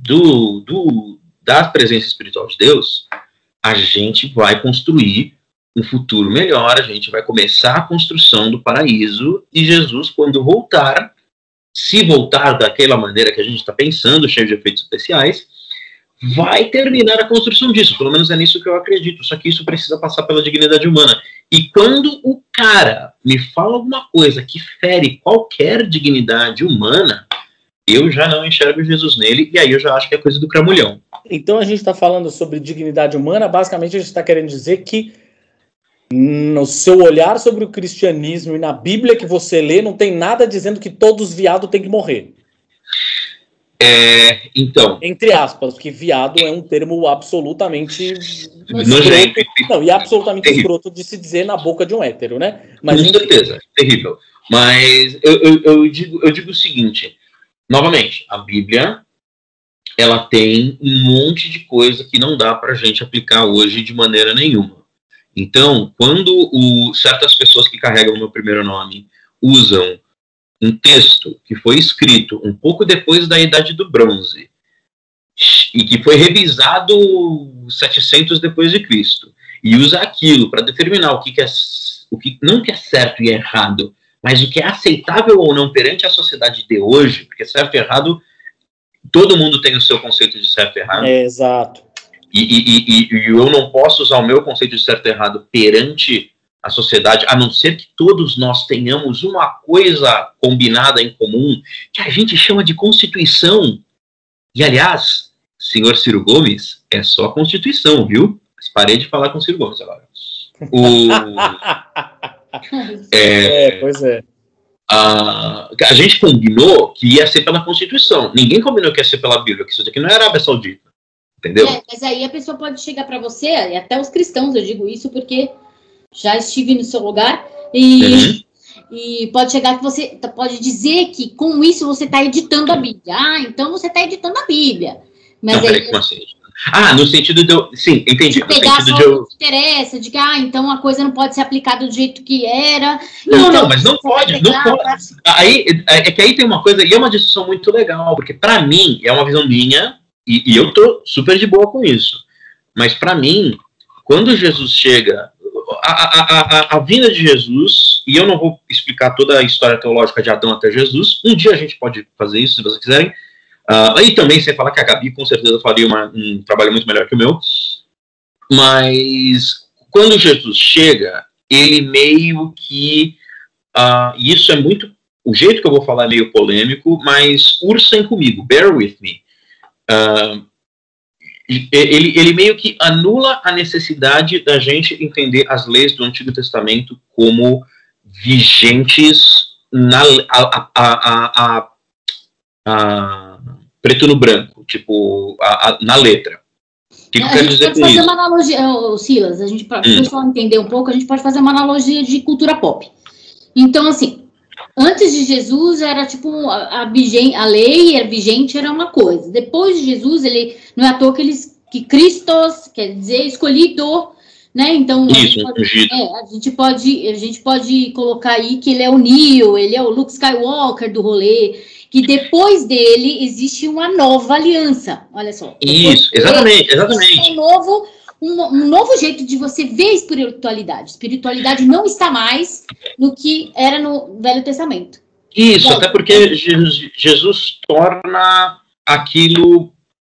da presença espiritual de Deus, a gente vai construir um futuro melhor, a gente vai começar a construção do paraíso e Jesus, quando voltar, se voltar daquela maneira que a gente está pensando, cheio de efeitos especiais, vai terminar a construção disso. Pelo menos é nisso que eu acredito. Só que isso precisa passar pela dignidade humana. E quando o cara me fala alguma coisa que fere qualquer dignidade humana, eu já não enxergo Jesus nele, e aí eu já acho que é coisa do cramulhão. Então a gente está falando sobre dignidade humana, basicamente a gente está querendo dizer que no seu olhar sobre o cristianismo e na Bíblia que você lê, não tem nada dizendo que todos os viados têm que morrer. Então... Entre aspas, porque viado é um termo absolutamente... nojento. Não, e absolutamente escroto de se dizer na boca de um hétero, né? Mas, com certeza, terrível. Mas eu digo o seguinte, novamente, a Bíblia, ela tem um monte de coisa que não dá pra gente aplicar hoje de maneira nenhuma. Então, quando certas pessoas que carregam o meu primeiro nome usam um texto que foi escrito um pouco depois da Idade do Bronze e que foi revisado 700 depois de Cristo e usa aquilo para determinar o que não que é certo e errado, mas o que é aceitável ou não perante a sociedade de hoje, porque certo e errado, todo mundo tem o seu conceito de certo e errado. Exato. E eu não posso usar o meu conceito de certo e errado perante a sociedade, a não ser que todos nós tenhamos uma coisa combinada em comum, que a gente chama de Constituição. E, aliás, senhor Ciro Gomes, é só a Constituição, viu? Mas parei de falar com o Ciro Gomes agora. Pois é. A gente combinou que ia ser pela Constituição. Ninguém combinou que ia ser pela Bíblia, que isso daqui não é Arábia Saudita. Entendeu? Mas aí a pessoa pode chegar para você, e até os cristãos, eu digo isso porque já estive no seu lugar, e pode chegar que você pode dizer que com isso você está editando a Bíblia. Então você está editando a Bíblia. Mas não, peraí, como assim? No sentido de eu... Sim, entendi. De pegar só o que interessa, de que, então a coisa não pode ser aplicada do jeito que era. Não, mas não pode, não pode. Aí tem uma coisa, e é uma discussão muito legal, porque para mim, é uma visão minha, e eu tô super de boa com isso. Mas para mim, quando Jesus chega, a vinda de Jesus, e eu não vou explicar toda a história teológica de Adão até Jesus, um dia a gente pode fazer isso, se vocês quiserem. E também, sem falar que a Gabi com certeza faria um trabalho muito melhor que o meu. Mas quando Jesus chega, ele meio que... isso é muito... O jeito que eu vou falar é meio polêmico, mas ursem comigo, bear with me. Ele meio que anula a necessidade da gente entender as leis do Antigo Testamento como vigentes preto no branco, tipo, na letra. O que eu quero dizer com isso? A gente pode fazer uma analogia, Silas, a gente pode entender um pouco, a gente pode fazer uma analogia de cultura pop. Então, assim, antes de Jesus era tipo, a lei era vigente, era uma coisa. Depois de Jesus, ele não é à toa que Christos, quer dizer, escolhido, né? Então, a gente pode colocar aí que ele é o Neo, ele é o Luke Skywalker do rolê, que depois dele existe uma nova aliança. Olha só. Isso, exatamente. Um novo jeito de você ver a espiritualidade. Espiritualidade não está mais no que era no Velho Testamento. Isso, até porque Jesus torna aquilo...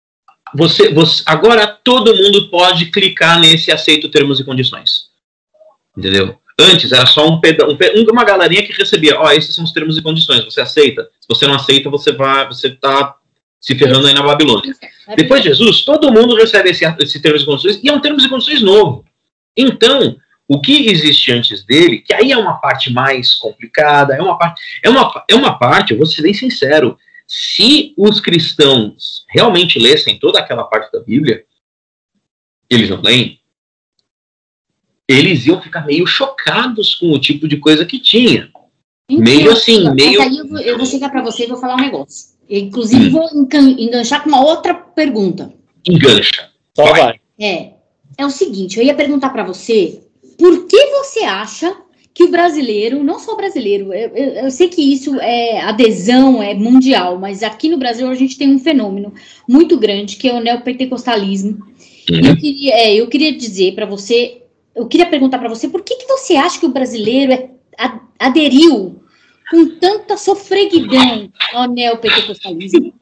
agora todo mundo pode clicar nesse aceito termos e condições. Entendeu? Antes era só uma galerinha que recebia, esses são os termos e condições, você aceita? Se você não aceita, você tá se ferrando aí na Babilônia. Depois de Jesus, todo mundo recebe esse termos e condições, e é um termos e condições novo. Então, o que existe antes dele, que aí é uma parte mais complicada, é uma parte, eu vou ser bem sincero, se os cristãos realmente lessem toda aquela parte da Bíblia, eles não leem, eles iam ficar meio chocados com o tipo de coisa que tinha. Então, meio assim, meio... Aí eu vou chegar para você e vou falar um negócio. Inclusive, vou enganchar com uma outra pergunta. Engancha. Só vai. É o seguinte, eu ia perguntar para você, por que você acha que o brasileiro, não só o brasileiro, eu sei que isso é adesão, é mundial, mas aqui no Brasil a gente tem um fenômeno muito grande, que é o neopentecostalismo. Eu queria dizer para você, eu queria perguntar para você, por que você acha que o brasileiro aderiu com tanta sofreguidão ao neopentecostalismo?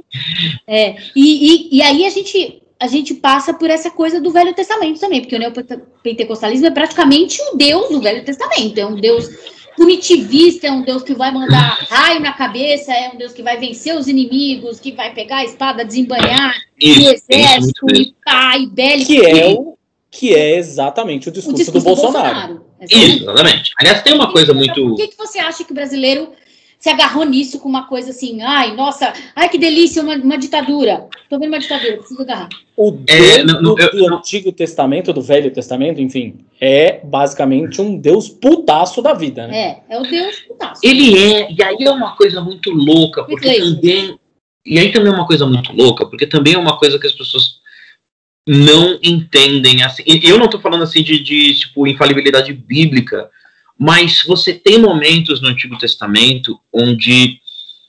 E aí a gente passa por essa coisa do Velho Testamento também, porque o neopentecostalismo é praticamente um Deus do Velho Testamento, é um Deus punitivista, é um Deus que vai mandar raio na cabeça, é um Deus que vai vencer os inimigos, que vai pegar a espada, desembanhar o exército, e pá, e bélico. Que é exatamente o discurso do Bolsonaro. Exatamente. Aliás, tem uma coisa muito... Por que você acha que o brasileiro se agarrou nisso com uma coisa assim, ai, nossa, ai, que delícia, uma ditadura. Tô vendo uma ditadura, preciso agarrar. O Deus do Antigo Testamento, do Velho Testamento, enfim, é basicamente um Deus putaço da vida, né? É o Deus putaço. Ele é, e aí é uma coisa muito louca, porque também... E aí também é uma coisa muito louca, porque também é uma coisa que as pessoas não entendem, assim, eu não estou falando assim de tipo, infalibilidade bíblica, mas você tem momentos no Antigo Testamento onde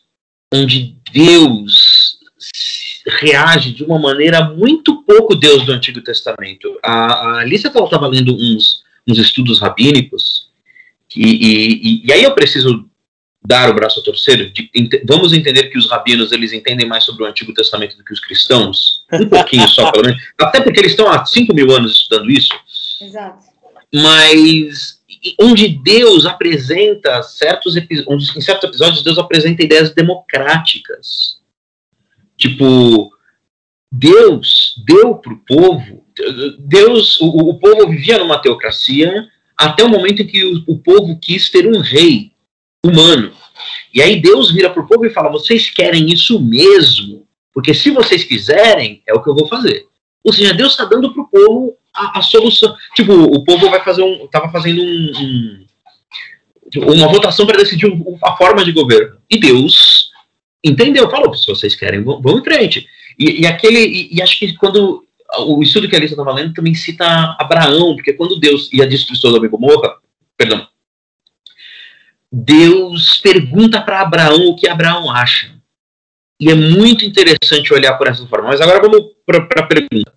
Deus reage de uma maneira muito pouco Deus do Antigo Testamento. A Alicia estava lendo uns estudos rabínicos, e aí eu preciso dar o braço a torcer. Vamos entender que os rabinos eles entendem mais sobre o Antigo Testamento do que os cristãos, um pouquinho só, pelo menos, até porque eles estão há 5.000 anos estudando isso. Exato. Mas onde Deus apresenta em certos episódios Deus apresenta ideias democráticas, tipo, Deus deu para o povo, o povo vivia numa teocracia até o momento em que o povo quis ter um rei humano. E aí Deus vira pro povo e fala, vocês querem isso mesmo? Porque se vocês quiserem, é o que eu vou fazer. Ou seja, Deus está dando pro povo a solução. Tipo, o povo vai fazer tava fazendo uma votação para decidir a forma de governo. E Deus entendeu, falou, se vocês querem, vão em frente. E acho que quando o estudo que a Alicia estava lendo também cita Abraão, porque quando Deus ia destruir Sodoma e Gomorra, Deus pergunta para Abraão o que Abraão acha. E é muito interessante olhar por essa forma. Mas agora vamos para a pergunta.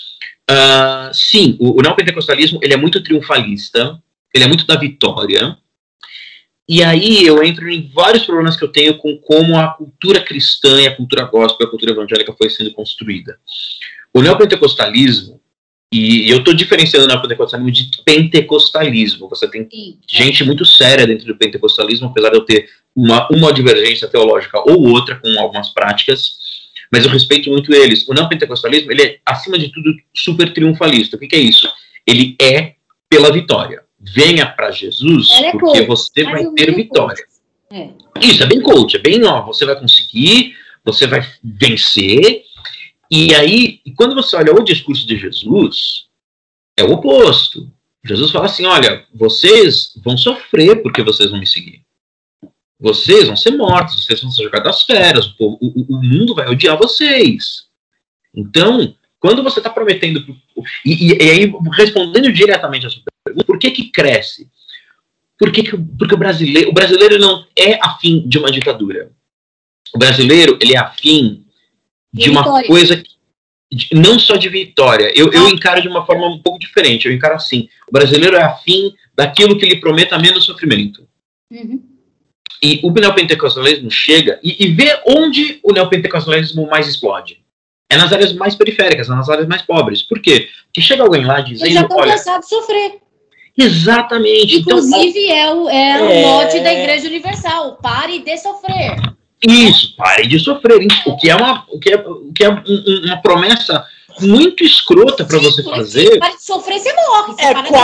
Sim, o neopentecostalismo ele é muito triunfalista, ele é muito da vitória. E aí eu entro em vários problemas que eu tenho com como a cultura cristã e a cultura gospel, a cultura evangélica foi sendo construída. O neopentecostalismo, e eu estou diferenciando o neopentecostalismo de pentecostalismo. Você tem gente muito séria dentro do pentecostalismo, apesar de eu ter uma divergência teológica ou outra com algumas práticas, mas eu respeito muito eles. O neopentecostalismo, ele é, acima de tudo, super triunfalista. O que é isso? Ele é pela vitória. Venha para Jesus, porque você vai ter vitória. Isso, é bem coach, é bem, você vai conseguir, você vai vencer. E aí, quando você olha o discurso de Jesus, é o oposto. Jesus fala assim, olha, vocês vão sofrer porque vocês vão me seguir. Vocês vão ser mortos, vocês vão ser jogados às feras, o mundo vai odiar vocês. Então, quando você está prometendo... E aí, respondendo diretamente a sua pergunta, por que cresce? Porque o brasileiro não é afim de uma ditadura. O brasileiro, ele é afim de uma vitória. Coisa, não só de vitória. Eu encaro de uma forma um pouco diferente. Eu encaro assim, o brasileiro é afim daquilo que lhe prometa menos sofrimento. Uhum. E o neopentecostalismo chega e vê onde o neopentecostalismo mais explode. É nas áreas mais periféricas, nas áreas mais pobres. Por quê? Porque chega alguém lá dizendo... Eles já estão cansados de sofrer. Exatamente. Inclusive, então, é o mote da Igreja Universal. Pare de sofrer. Isso, pare de sofrer. O que é uma promessa muito escrota para você fazer. Pare de sofrer, você morre.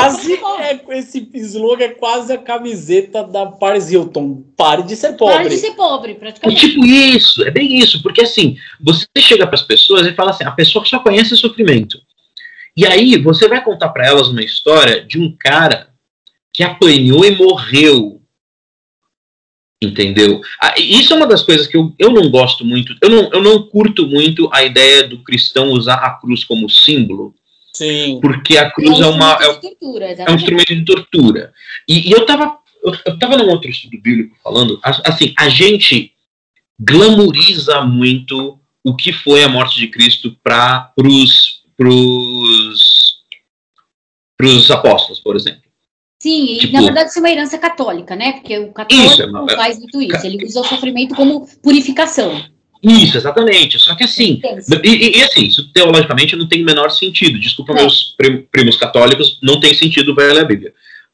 Esse slogan é quase a camiseta da Paris Hilton. Pare de ser pobre. Pare de ser pobre, praticamente. É tipo isso, é bem isso. Porque assim, você chega para as pessoas e fala assim, a pessoa só conhece sofrimento. E aí você vai contar para elas uma história de um cara que apanhou e morreu. Entendeu? Isso é uma das coisas que eu não gosto muito. Eu não curto muito a ideia do cristão usar a cruz como símbolo. Sim. Porque a cruz é um instrumento de tortura. E eu tava num outro estudo bíblico falando, assim, a gente glamoriza muito o que foi a morte de Cristo para pros apóstolos, por exemplo. Sim, e na verdade isso é uma herança católica, né? Porque o católico faz muito isso. Ele usa o sofrimento como purificação. Isso, exatamente. Só que assim, assim, isso teologicamente não tem o menor sentido. Desculpa meus primos católicos, não tem sentido vai ler a Bíblia.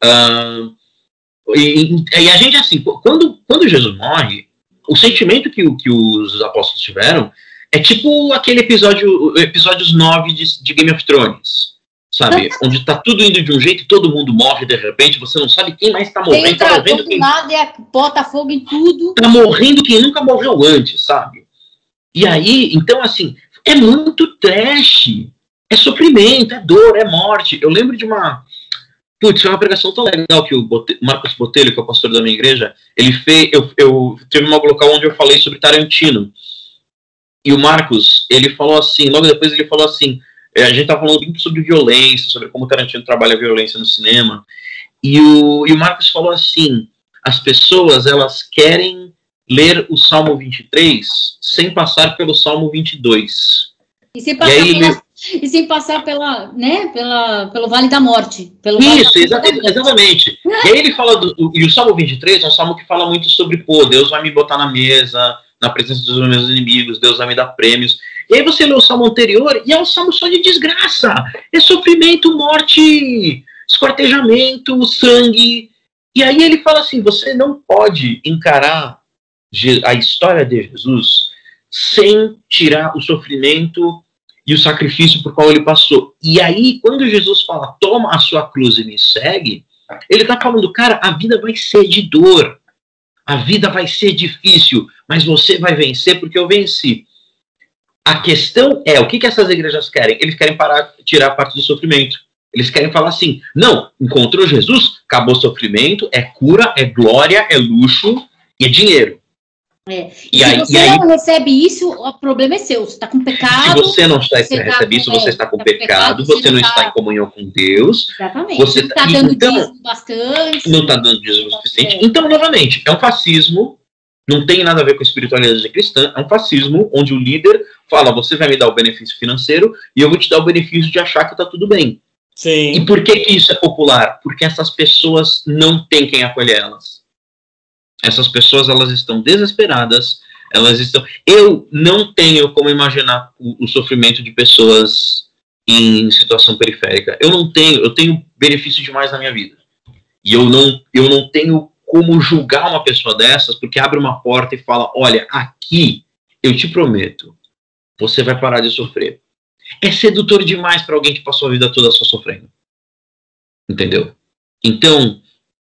E a gente, assim, quando Jesus morre, o sentimento que os apóstolos tiveram é tipo aquele episódios 9 de Game of Thrones. sabe? Onde tá tudo indo de um jeito e todo mundo morre de repente, você não sabe quem mais tá Tem morrendo. o Tá trator morrendo do quem, lado e bota fogo em tudo. tá morrendo quem nunca morreu antes, sabe? E aí, então assim, é muito trash. É sofrimento, é dor, é morte. Eu lembro de uma... Putz, foi uma pregação tão legal que o Marcos Botelho, que é o pastor da minha igreja, ele fez... Eu teve um local onde eu falei sobre Tarantino. E o Marcos, ele falou assim, logo depois ele falou assim, a gente tava falando muito sobre violência, sobre como o Tarantino trabalha a violência no cinema, e o Marcos falou assim, as pessoas, elas querem ler o Salmo 23 sem passar pelo Salmo 22. E sem passar pela, né, pelo Vale da Morte. Isso, exatamente. E aí ele fala, e o Salmo 23 é um salmo que fala muito sobre, Deus vai me botar na mesa, na presença dos meus inimigos, Deus vai me dar prêmios. E aí você lê o salmo anterior e é um salmo só de desgraça. É sofrimento, morte, esquartejamento, sangue. E aí ele fala assim, você não pode encarar a história de Jesus sem tirar o sofrimento e o sacrifício por qual ele passou. E aí, quando Jesus fala, toma a sua cruz e me segue, ele está falando, cara, a vida vai ser de dor, a vida vai ser difícil, mas você vai vencer porque eu venci. A questão é, o que essas igrejas querem? Eles querem tirar a parte do sofrimento. Eles querem falar assim, não, encontrou Jesus, acabou o sofrimento, é cura, é glória, é luxo e é dinheiro. E se você não recebe isso, o problema é seu. Você está com pecado. Se você não recebe isso, você está com pecado, você não está em comunhão com Deus. Exatamente. Você não está dando dízimo bastante. Não está dando dízimo suficiente. Então, novamente, é um fascismo, não tem nada a ver com a espiritualidade cristã, é um fascismo onde o líder fala, você vai me dar o benefício financeiro e eu vou te dar o benefício de achar que está tudo bem. Sim. E por que isso é popular? Porque essas pessoas não têm quem acolher elas. Essas pessoas, elas estão desesperadas, eu não tenho como imaginar o sofrimento de pessoas em situação periférica. Eu tenho benefício demais na minha vida. E eu não tenho como julgar uma pessoa dessas, porque abre uma porta e fala, olha, aqui, eu te prometo, você vai parar de sofrer. É sedutor demais para alguém que passou a vida toda só sofrendo. Entendeu? Então,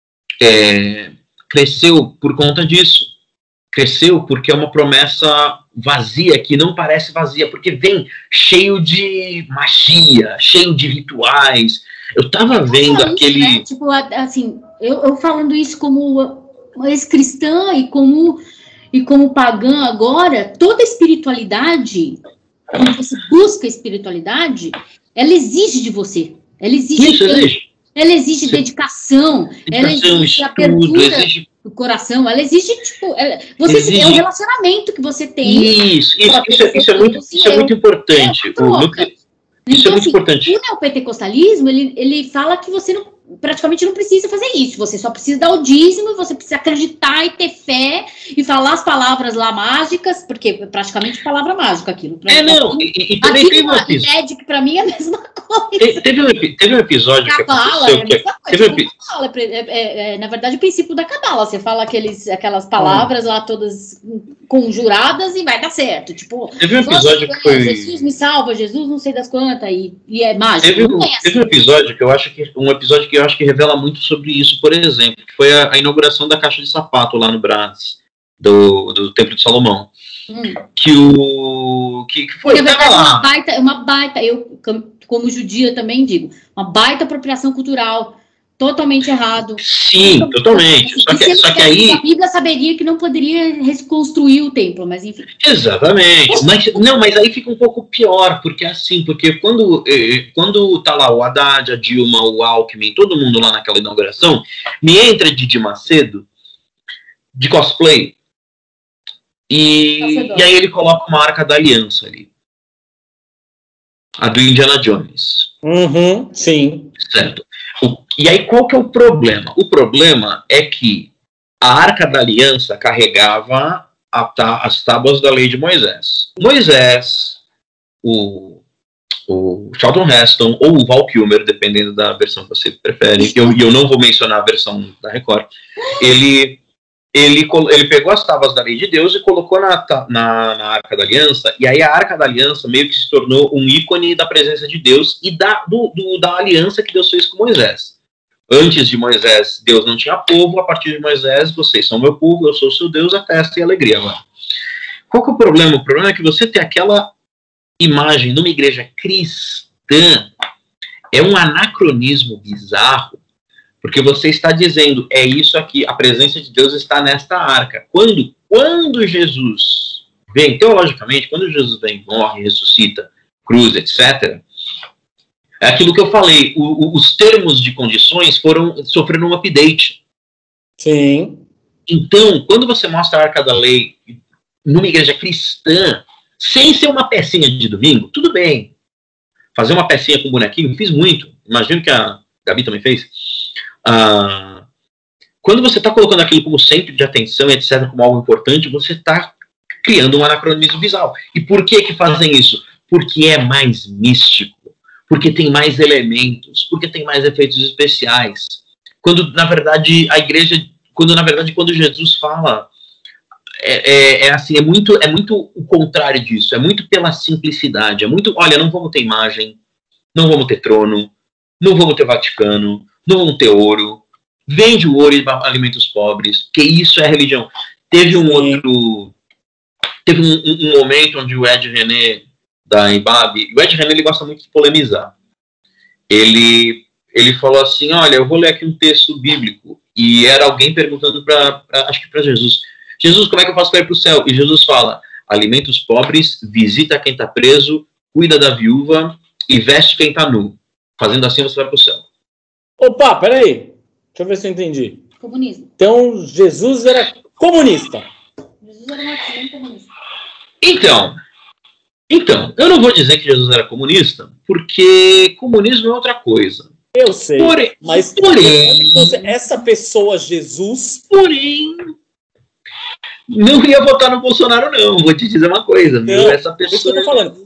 cresceu por conta disso. Cresceu porque é uma promessa vazia, que não parece vazia, porque vem cheio de magia, cheio de rituais. Eu tava vendo aquele... Isso, né? Tipo, assim, eu falando isso como ex-cristã e como pagã agora, toda espiritualidade, quando você busca espiritualidade, ela exige de você. Ela exige exige. Ela exige dedicação, ela exige estudo, abertura exige... do coração, ela exige, tipo, é um relacionamento que você tem. Isso é muito importante. Isso é muito importante. O neopentecostalismo, ele fala que você praticamente não precisa fazer isso, você só precisa dar o dízimo, você precisa acreditar e ter fé e falar as palavras lá mágicas, porque é praticamente palavra mágica aquilo. E também tem uma ideia que pra mim é a mesma coisa. Teve um episódio Cabala, que aconteceu. Na verdade, o princípio da cabala, você fala aquelas palavras lá todas conjuradas e vai dar certo. Tipo, teve um episódio que foi... Jesus me salva, Jesus não sei das quantas, e é mágico. Teve um episódio que eu acho que revela muito sobre isso, por exemplo, que foi a inauguração da caixa de sapato lá no Brás, do Templo de Salomão. Que foi, na verdade, uma baita, eu como judia também digo, uma baita apropriação cultural, totalmente errado. Sim, totalmente. Só que aí... A Bíblia saberia que não poderia reconstruir o templo, mas enfim. Exatamente. Mas aí fica um pouco pior, porque quando tá lá o Haddad, a Dilma, o Alckmin, todo mundo lá naquela inauguração, me entra Didi Macedo, de cosplay, e aí ele coloca uma Arca da Aliança ali. A do Indiana Jones. Sim. Certo. E aí qual que é o problema? O problema é que a Arca da Aliança carregava as tábuas da lei de Moisés. Moisés, o Charlton Heston ou o Val Kilmer, dependendo da versão que você prefere, e eu não vou mencionar a versão da Record, ele pegou as tábuas da lei de Deus e colocou na Arca da Aliança, e aí a Arca da Aliança meio que se tornou um ícone da presença de Deus e da aliança que Deus fez com Moisés. Antes de Moisés, Deus não tinha povo, a partir de Moisés, vocês são meu povo, eu sou o seu Deus, a festa e a alegria agora. Qual que é o problema? O problema é que você tem aquela imagem numa igreja cristã, é um anacronismo bizarro, porque você está dizendo, é isso aqui, a presença de Deus está nesta arca. Quando Jesus vem, teologicamente, quando Jesus vem, morre, ressuscita, cruz, etc., é aquilo que eu falei, os termos de condições sofreram um update. Sim. Então, quando você mostra a Arca da Lei numa igreja cristã, sem ser uma pecinha de domingo, tudo bem. Fazer uma pecinha com bonequinho, fiz muito. Imagino que a Gabi também fez. Quando você está colocando aquilo como centro de atenção, etc., como algo importante, você está criando um anacronismo bizarro. E por que fazem isso? Porque é mais místico. Porque tem mais elementos, porque tem mais efeitos especiais. Quando, na verdade, quando Jesus fala, assim, é muito o contrário disso, é muito pela simplicidade, é muito, olha, não vamos ter imagem, não vamos ter trono, não vamos ter Vaticano, não vamos ter ouro, vende o ouro e alimenta os pobres, que isso é religião. Teve um momento onde o Ed René da Ibabe, o Ed René ele gosta muito de polemizar. Ele falou assim, olha, eu vou ler aqui um texto bíblico, e era alguém perguntando acho que para Jesus, como é que eu faço para ir para o céu? E Jesus fala, alimenta os pobres, visita quem está preso, cuida da viúva e veste quem está nu. Fazendo assim você vai para o céu. Opa, peraí, deixa eu ver se eu entendi. Comunismo. Então, Jesus era comunista. Jesus era marxista, comunista. Então, eu não vou dizer que Jesus era comunista, porque comunismo é outra coisa. Eu sei, mas essa pessoa, Jesus... não ia votar no Bolsonaro, não. Vou te dizer uma coisa, não, essa pessoa... Isso que eu tô falando.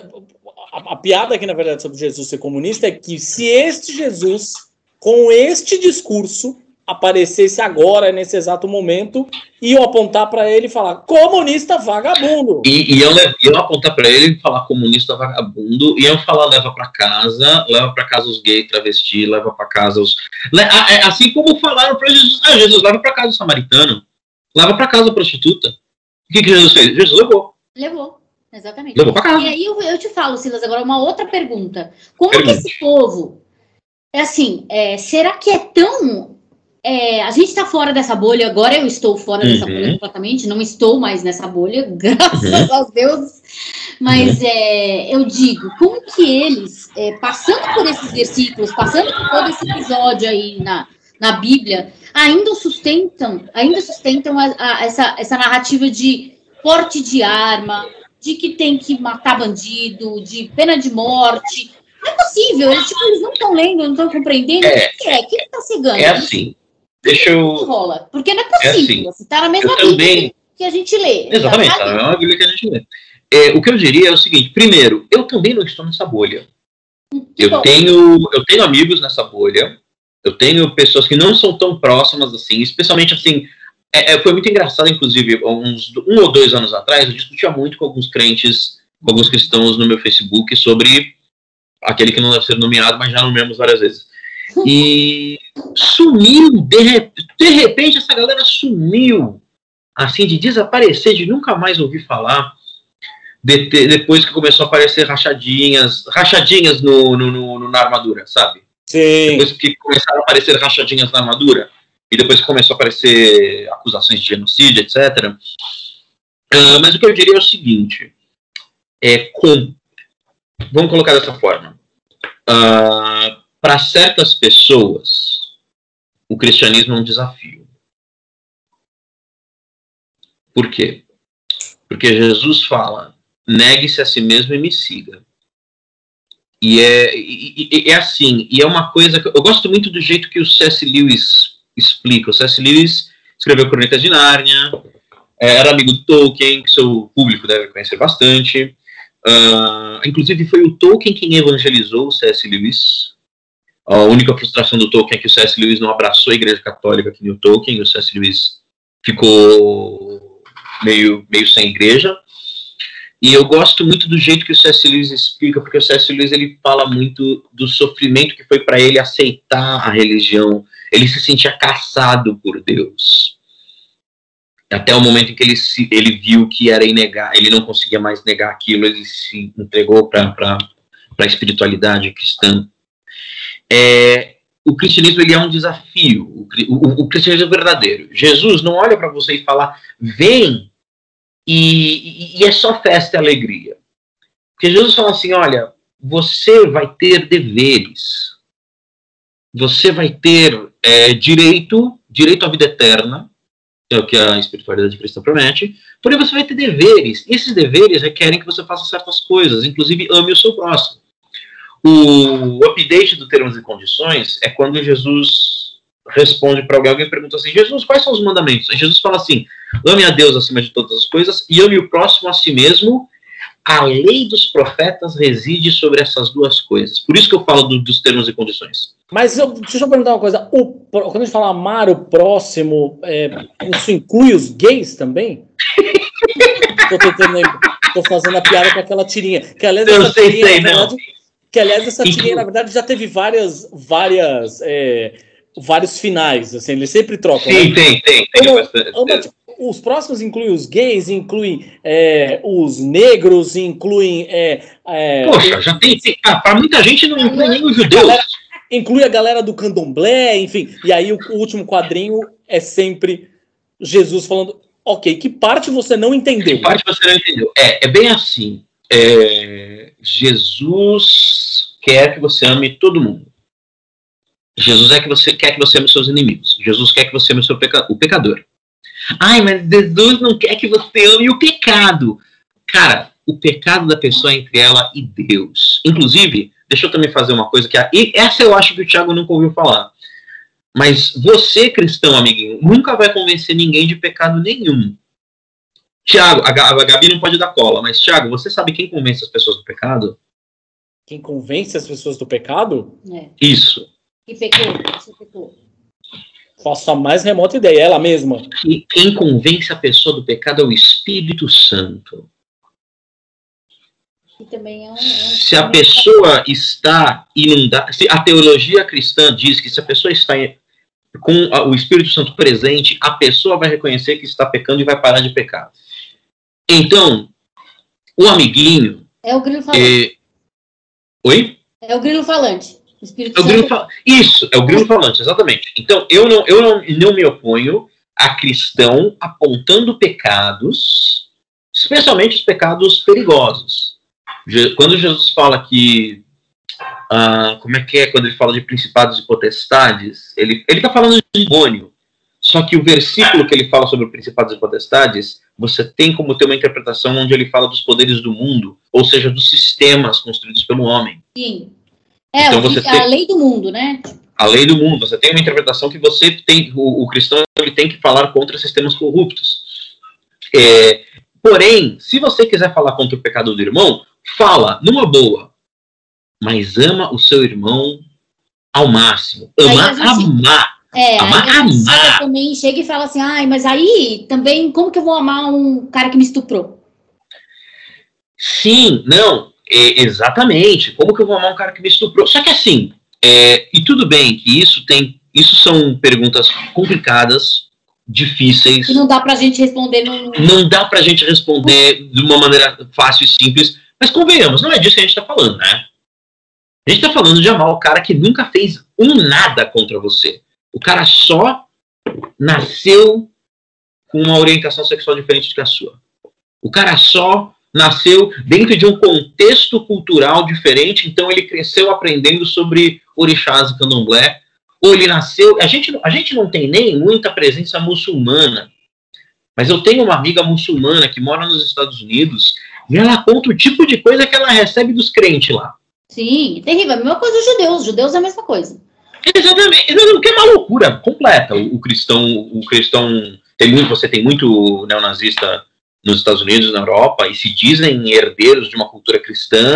A piada aqui, na verdade, sobre Jesus ser comunista é que se este Jesus, com este discurso, aparecesse agora, nesse exato momento, iam apontar para ele e falar comunista vagabundo. E iam apontar para ele e falar comunista vagabundo, iam falar leva para casa os gays, travesti, leva para casa os... Assim como falaram para Jesus, Jesus, leva para casa o samaritano, leva para casa a prostituta. O que Jesus fez? Jesus levou, exatamente. Levou para casa. E aí eu te falo, Silas, agora uma outra pergunta. Como que esse povo, será que é tão... a gente está fora dessa bolha, agora eu estou fora dessa bolha completamente, não estou mais nessa bolha, graças a Deus, mas eu digo, como que eles, passando por esses versículos, passando por todo esse episódio aí na Bíblia, ainda sustentam essa narrativa de porte de arma, de que tem que matar bandido, de pena de morte. Não é possível, eles não estão lendo, não estão compreendendo. O que está cegando? É assim. Deixa eu... rola. Porque não é possível. Você está na mesma Bíblia que a gente lê. Exatamente, está na mesma Bíblia que a gente lê. O que eu diria é o seguinte, primeiro, eu também não estou nessa bolha. Eu tenho amigos nessa bolha, eu tenho pessoas que não são tão próximas assim, especialmente assim, foi muito engraçado, inclusive, uns 1 ou 2 anos atrás, eu discutia muito com alguns crentes, com alguns cristãos no meu Facebook sobre aquele que não deve ser nomeado, mas já nomeamos várias vezes. E sumiu, de repente essa galera sumiu, assim, de desaparecer, de nunca mais ouvir falar, depois que começou a aparecer rachadinhas na armadura, sabe? Sim. Depois que começaram a aparecer rachadinhas na armadura, e depois começou a aparecer acusações de genocídio, etc. Mas o que eu diria é o seguinte, vamos colocar dessa forma, para certas pessoas, o cristianismo é um desafio. Por quê? Porque Jesus fala, negue-se a si mesmo e me siga. E é assim, e é uma coisa que eu gosto muito do jeito que o C.S. Lewis explica. O C.S. Lewis escreveu Crônicas de Nárnia, era amigo do Tolkien, que seu público deve conhecer bastante. Inclusive foi o Tolkien quem evangelizou o C.S. Lewis. A única frustração do Tolkien é que o C.S. Lewis não abraçou a Igreja Católica que nem o Tolkien, e o C.S. Lewis ficou meio sem igreja. E eu gosto muito do jeito que o C.S. Lewis explica, porque o C.S. Lewis ele fala muito do sofrimento que foi para ele aceitar a religião. Ele se sentia caçado por Deus. Até o momento em que ele viu que era inegável, ele não conseguia mais negar aquilo, ele se entregou para a espiritualidade cristã. O cristianismo ele é um desafio, o cristianismo é verdadeiro. Jesus não olha para você e fala, vem, e é só festa e alegria. Porque Jesus fala assim, olha, você vai ter deveres, você vai ter direito à vida eterna, é o que a espiritualidade cristã promete, porém você vai ter deveres. Esses deveres requerem que você faça certas coisas, inclusive ame o seu próximo. O update do termos e condições é quando Jesus responde para alguém e pergunta assim, Jesus, quais são os mandamentos? E Jesus fala assim, ame a Deus acima de todas as coisas e ame o próximo a si mesmo. A lei dos profetas reside sobre essas duas coisas. Por isso que eu falo dos termos e condições. Mas deixa eu perguntar uma coisa. Quando a gente fala amar o próximo, isso inclui os gays também? Tô fazendo a piada com aquela tirinha. Que, aliás, essa tirinha, na verdade, já teve vários finais. Assim, eles sempre trocam. Sim, né? Tem. Os próximos incluem os gays, incluem os negros, incluem... Poxa, já tem... Para muita gente não inclui nem os judeus. Inclui a galera do candomblé, enfim. E aí o último quadrinho é sempre Jesus falando, ok, que parte você não entendeu? Que parte você não entendeu? É bem assim. Jesus quer que você ame todo mundo. Jesus quer que você ame seus inimigos. Jesus quer que você ame o pecador. Ai, mas Jesus não quer que você ame o pecado. Cara, o pecado da pessoa é entre ela e Deus. Inclusive, deixa eu também fazer uma coisa que essa eu acho que o Thiago nunca ouviu falar. Mas você, cristão, amiguinho, nunca vai convencer ninguém de pecado nenhum. Thiago, a Gabi não pode dar cola, mas Thiago, você sabe quem convence as pessoas do pecado? Quem convence as pessoas do pecado? Isso. E pecou. Faço a mais remota ideia, ela mesma. E quem convence a pessoa do pecado é o Espírito Santo. E também se a pessoa está inundada, se a teologia cristã diz que se a pessoa está com o Espírito Santo presente, a pessoa vai reconhecer que está pecando e vai parar de pecar. Então, o amiguinho... É o grilo falante. Oi? É o grilo falante. Isso, é o grilo falante, exatamente. Então, eu não me oponho a cristão apontando pecados, especialmente os pecados perigosos. Quando Jesus fala que... como é que é quando ele fala de principados e potestades? Ele está falando de demônio. Só que o versículo que ele fala sobre principados e potestades, você tem como ter uma interpretação onde ele fala dos poderes do mundo, ou seja, dos sistemas construídos pelo homem. Sim. Então A lei do mundo, né? A lei do mundo. Você tem uma interpretação que você tem... O cristão ele tem que falar contra sistemas corruptos. Porém, se você quiser falar contra o pecado do irmão, fala, numa boa. Mas ama o seu irmão ao máximo. Amar. Amar. Também chega e fala assim, mas aí também, como que eu vou amar um cara que me estuprou? Sim, não... exatamente, como que eu vou amar um cara que me estuprou? Só que assim, e tudo bem que isso são perguntas complicadas, difíceis. E não dá pra gente responder. Não dá pra gente responder de uma maneira fácil e simples, mas convenhamos, não é disso que a gente tá falando, né? A gente tá falando de amar o cara que nunca fez nada contra você. O cara só nasceu com uma orientação sexual diferente do que a sua. O cara só nasceu dentro de um contexto cultural diferente, então ele cresceu aprendendo sobre orixás e candomblé, ou ele nasceu... A gente não tem nem muita presença muçulmana, mas eu tenho uma amiga muçulmana que mora nos Estados Unidos, e ela conta o tipo de coisa que ela recebe dos crentes lá. Sim, terrível. A mesma coisa dos judeus. Os judeus é a mesma coisa. Exatamente. Que é uma loucura completa. O cristão você tem muito neonazista nos Estados Unidos, na Europa, e se dizem herdeiros de uma cultura cristã,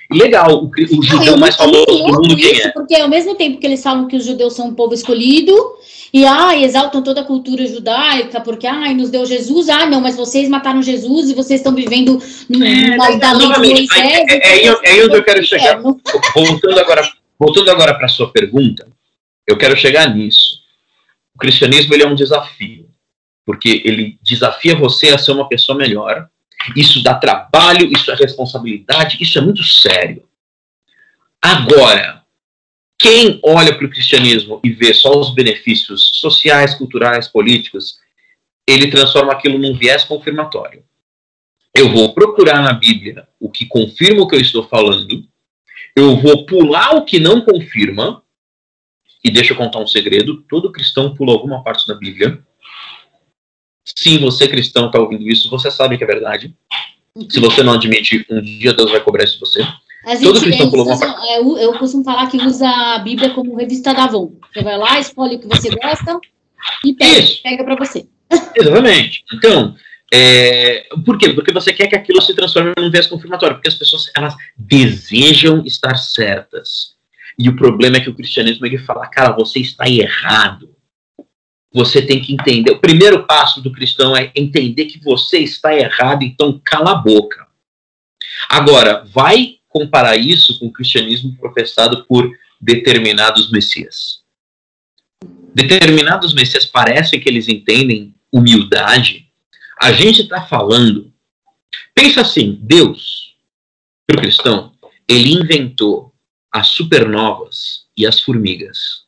Legal, o judeu mais famoso do mundo, quem é? Porque ao mesmo tempo que eles falam que os judeus são um povo escolhido, e exaltam toda a cultura judaica, porque nos deu Jesus, não, mas vocês mataram Jesus e vocês estão vivendo da lei de Moisés. É onde eu quero chegar. Voltando agora para a sua pergunta, eu quero chegar nisso. O cristianismo ele é um desafio, porque ele desafia você a ser uma pessoa melhor. Isso dá trabalho, isso é responsabilidade, isso é muito sério. Agora, quem olha para o cristianismo e vê só os benefícios sociais, culturais, políticos, ele transforma aquilo num viés confirmatório. Eu vou procurar na Bíblia o que confirma o que eu estou falando, eu vou pular o que não confirma, e deixa eu contar um segredo, todo cristão pula alguma parte da Bíblia. Sim, você cristão está ouvindo isso, você sabe que é verdade. Se você não admite, um dia Deus vai cobrar isso de você. Todo cristão pula alguma parte. Eu costumo falar que usa a Bíblia como revista da Avon. Você vai lá, escolhe o que você gosta e pega para você. Exatamente. Então, por quê? Porque você quer que aquilo se transforme num viés confirmatório, porque as pessoas elas desejam estar certas. E o problema é que o cristianismo ele fala, cara, você está errado. Você tem que entender. O primeiro passo do cristão é entender que você está errado, então cala a boca. Agora, vai comparar isso com o cristianismo professado por determinados messias. Determinados messias parecem que eles entendem humildade. A gente está falando... Pensa assim, Deus, para o cristão, ele inventou as supernovas e as formigas.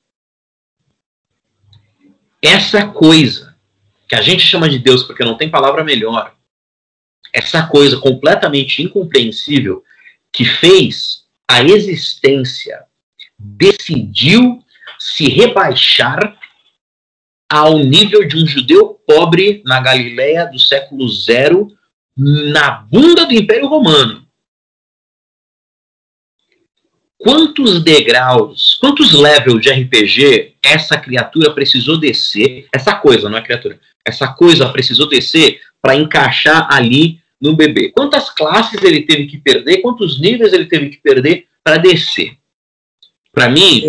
Essa coisa que a gente chama de Deus porque não tem palavra melhor, essa coisa completamente incompreensível que fez a existência, decidiu se rebaixar ao nível de um judeu pobre na Galileia do século 0, na bunda do Império Romano. Quantos degraus, quantos levels de RPG essa criatura precisou descer, essa coisa, não é criatura, essa coisa precisou descer para encaixar ali no bebê? Quantas classes ele teve que perder, quantos níveis ele teve que perder para descer? Para mim,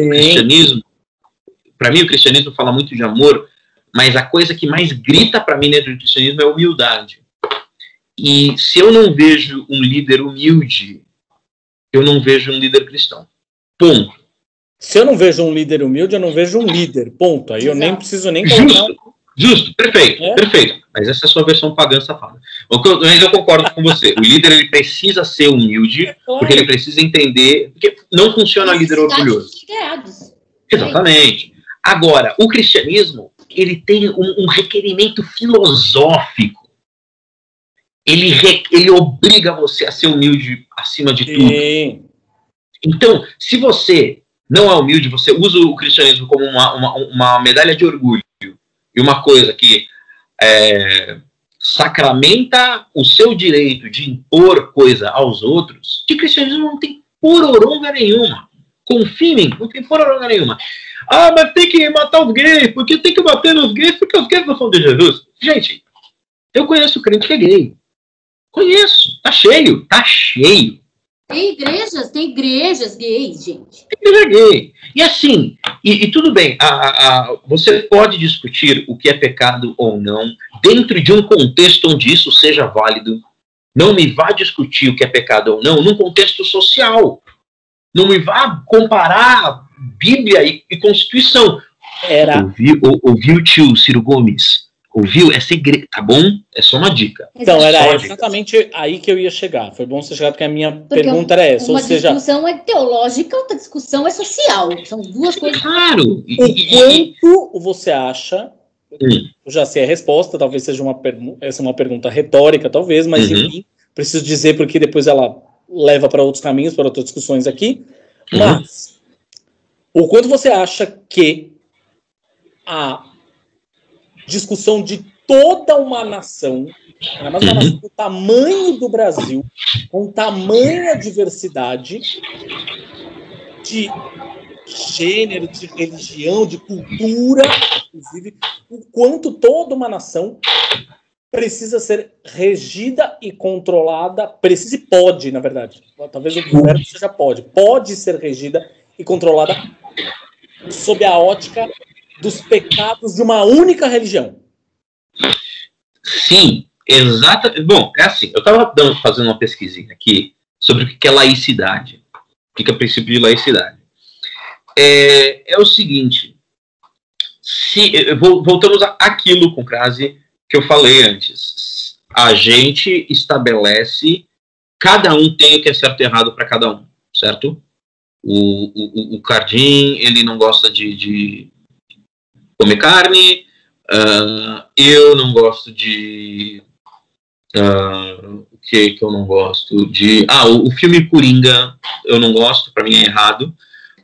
o cristianismo fala muito de amor, mas a coisa que mais grita para mim dentro do cristianismo é humildade. E se eu não vejo um líder humilde, eu não vejo um líder cristão. Ponto. Se eu não vejo um líder humilde, eu não vejo um líder. Ponto. Aí eu nem preciso nem colocar... Justo, perfeito, perfeito. Mas essa é a sua versão pagã safada. Mas eu concordo com você. O líder ele precisa ser humilde, porque ele precisa entender... Porque não funciona líder orgulhoso. Exatamente. Agora, o cristianismo, ele tem um requerimento filosófico. Ele obriga você a ser humilde acima de tudo. Então, se você não é humilde, você usa o cristianismo como uma medalha de orgulho e uma coisa que sacramenta o seu direito de impor coisa aos outros, de cristianismo não tem pororonga nenhuma. Confia em mim, não tem pororonga nenhuma. Mas tem que matar os gays, porque tem que bater nos gays, porque os gays não são de Jesus. Gente, eu conheço crente que é gay. Conheço. Tá cheio. Tem igrejas gays, gente. Tem igreja gay. E assim, e tudo bem, você pode discutir o que é pecado ou não, dentro de um contexto onde isso seja válido. Não me vá discutir o que é pecado ou não num contexto social. Não me vá comparar Bíblia e Constituição. Ouviu o tio Ciro Gomes? Ouviu? É segredo, tá bom? É só uma dica. Então, era exatamente aí que eu ia chegar. Foi bom você chegar, porque a minha pergunta era essa. Uma discussão é teológica, outra discussão é social. São duas coisas. Claro! O quanto você acha... Eu já sei a resposta, talvez seja uma pergunta retórica, talvez, mas enfim, preciso dizer porque depois ela leva para outros caminhos, para outras discussões aqui. Mas, o quanto você acha que a discussão de toda uma nação, mas uma nação do tamanho do Brasil, com tamanha diversidade de gênero, de religião, de cultura, inclusive, o quanto toda uma nação precisa ser regida e controlada, precisa e pode, na verdade. Talvez o verbo seja pode ser regida e controlada sob a ótica dos pecados de uma única religião. Sim, exato. Bom, é assim, eu estava fazendo uma pesquisinha aqui sobre o que é laicidade, o que é o princípio de laicidade. É o seguinte, voltamos àquilo com crase que eu falei antes. A gente estabelece, cada um tem o que é certo e errado para cada um, certo? O Cardim, ele não gosta de comer carne, eu não gosto de... o que eu não gosto de... o filme Coringa eu não gosto, para mim é errado.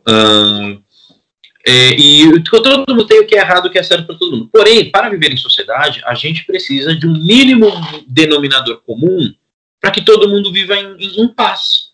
E todo mundo tem o que é errado e o que é certo para todo mundo. Porém, para viver em sociedade, a gente precisa de um mínimo denominador comum para que todo mundo viva em paz.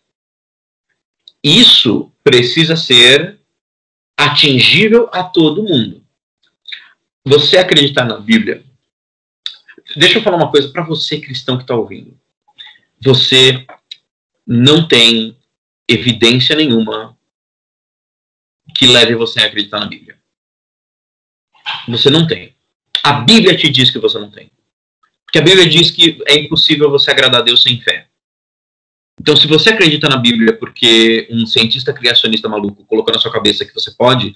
Isso precisa ser atingível a todo mundo. Você acreditar na Bíblia... Deixa eu falar uma coisa para você, cristão, que está ouvindo. Você não tem evidência nenhuma que leve você a acreditar na Bíblia. Você não tem. A Bíblia te diz que você não tem. Porque a Bíblia diz que é impossível você agradar a Deus sem fé. Então, se você acredita na Bíblia porque um cientista criacionista maluco colocou na sua cabeça que você pode,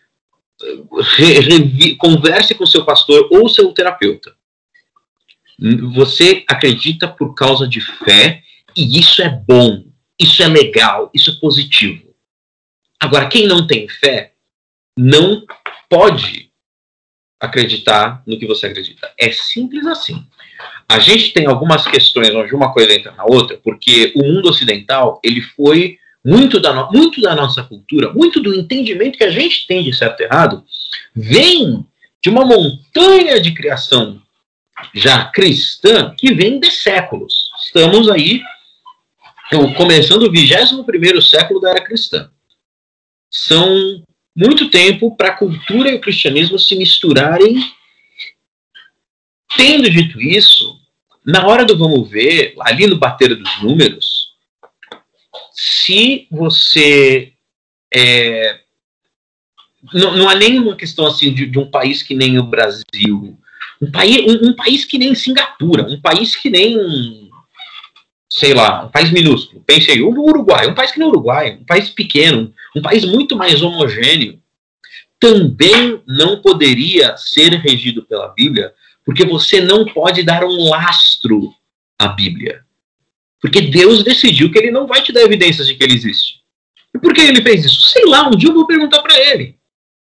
converse com seu pastor ou seu terapeuta. Você acredita por causa de fé, e isso é bom, isso é legal, isso é positivo. Agora, quem não tem fé não pode acreditar no que você acredita. É simples assim. A gente tem algumas questões onde uma coisa entra na outra, porque o mundo ocidental, ele foi muito da nossa cultura, muito do entendimento que a gente tem de certo e errado, vem de uma montanha de criação já cristã que vem de séculos. Estamos aí começando o 21º século da era cristã. São muito tempo para a cultura e o cristianismo se misturarem. Tendo dito isso, na hora do vamos ver, ali no bater dos números, se você... não há nenhuma questão assim de um país que nem o Brasil, um país que nem Singapura, um país que nem... sei lá, um país minúsculo. Pensei, o Uruguai, um país que nem o Uruguai, um país pequeno, um país muito mais homogêneo, também não poderia ser regido pela Bíblia, porque você não pode dar um lastro à Bíblia. Porque Deus decidiu que ele não vai te dar evidências de que ele existe. E por que ele fez isso? Sei lá, um dia eu vou perguntar para ele.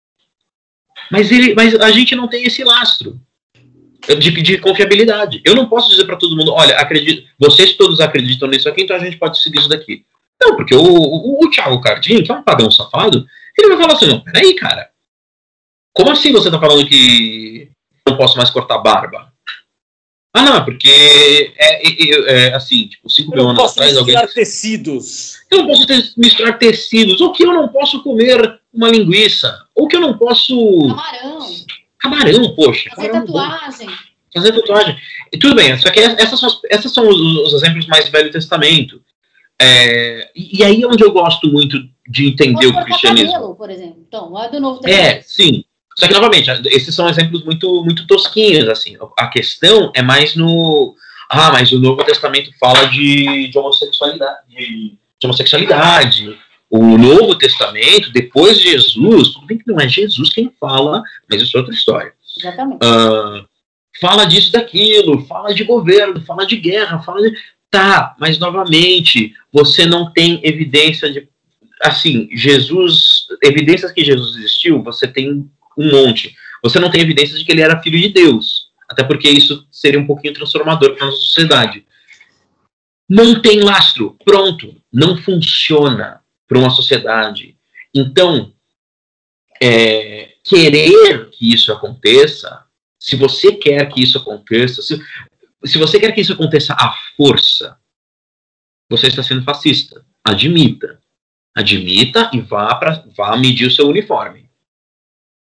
Mas a gente não tem esse lastro de confiabilidade. Eu não posso dizer para todo mundo, olha, vocês todos acreditam nisso aqui, então a gente pode seguir isso daqui. Não, porque o Thiago Cardim, que é um pagão safado, ele vai falar assim, não, peraí, cara. Como assim você tá falando que não posso mais cortar barba? Não, porque assim, tipo, 5 mil anos atrás... Eu não posso misturar tecidos. Eu não posso misturar tecidos. Ou que eu não posso comer uma linguiça. Ou que eu não posso... Camarão, poxa. Fazer tatuagem. Fazer tatuagem. E tudo bem, só que essas são os exemplos mais do Velho Testamento. E aí é onde eu gosto muito de entender o cristianismo. Cabelo, por exemplo. Então, é do Novo Testamento. Sim. Só que, novamente, esses são exemplos muito, muito tosquinhos, assim. A questão é mais no... mas o Novo Testamento fala de homossexualidade. O Novo Testamento, depois de Jesus, tudo bem que não é Jesus quem fala, mas isso é outra história. Exatamente. Fala disso, daquilo, fala de governo, fala de guerra, fala de... Tá, mas, novamente, você não tem evidência de... Assim, evidências que Jesus existiu, você tem um monte. Você não tem evidências de que ele era filho de Deus. Até porque isso seria um pouquinho transformador para a nossa sociedade. Não tem lastro. Pronto. Não funciona para uma sociedade. Então, querer que isso aconteça, se você quer que isso aconteça, se você quer que isso aconteça à força, você está sendo fascista. Admita. Admita e vá medir o seu uniforme.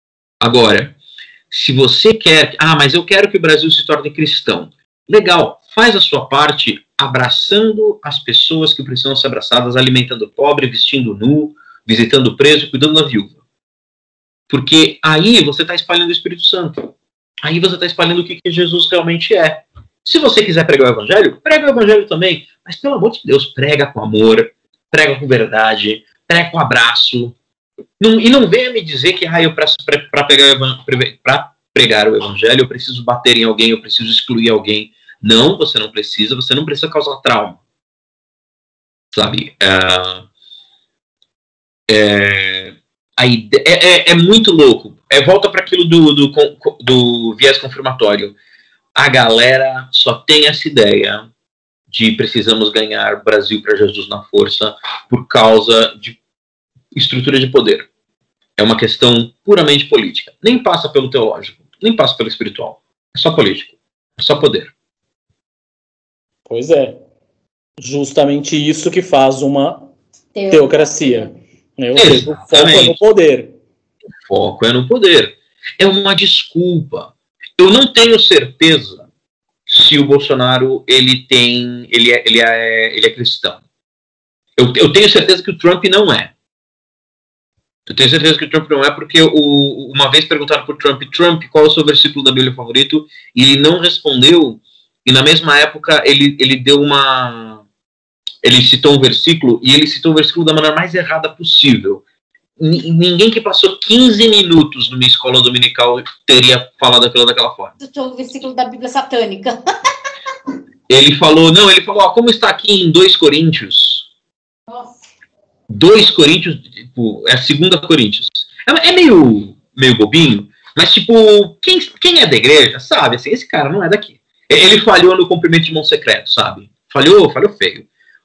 Agora, se você quer... mas eu quero que o Brasil se torne cristão. Legal, faz a sua parte abraçando as pessoas que precisam ser abraçadas, alimentando o pobre, vestindo nu, visitando o preso, cuidando da viúva. Porque aí você está espalhando o Espírito Santo. Aí você está espalhando o que Jesus realmente é. Se você quiser pregar o evangelho, prega o evangelho também. Mas, pelo amor de Deus, prega com amor, prega com verdade, prega com abraço. E não venha me dizer que eu para pregar o evangelho eu preciso bater em alguém, eu preciso excluir alguém. Não, você não precisa causar trauma. Sabe? É muito louco. Volta para aquilo do viés confirmatório. A galera só tem essa ideia de precisamos ganhar Brasil para Jesus na força por causa de estrutura de poder. É uma questão puramente política. Nem passa pelo teológico, nem passa pelo espiritual. É só político. É só poder. Pois é. Justamente isso que faz uma teocracia. Ou seja, o foco é no poder. O foco é no poder. É uma desculpa. Eu não tenho certeza se o Bolsonaro ele é cristão. Eu tenho certeza que o Trump não é. Eu tenho certeza que o Trump não é, porque uma vez perguntaram para o Trump, qual é o seu versículo da Bíblia favorito, e ele não respondeu, e na mesma época ele citou um versículo, e ele citou o versículo da maneira mais errada possível. Ninguém que passou 15 minutos numa escola dominical teria falado aquilo daquela forma. O versículo da Bíblia satânica. Ele falou, como está aqui em 2 Coríntios. Nossa. 2 Coríntios, tipo, é a 2 Coríntios. É meio bobinho, mas tipo, quem é da igreja sabe, assim, esse cara não é daqui. Ele falhou no cumprimento de mão secreto, sabe? Falhou feio.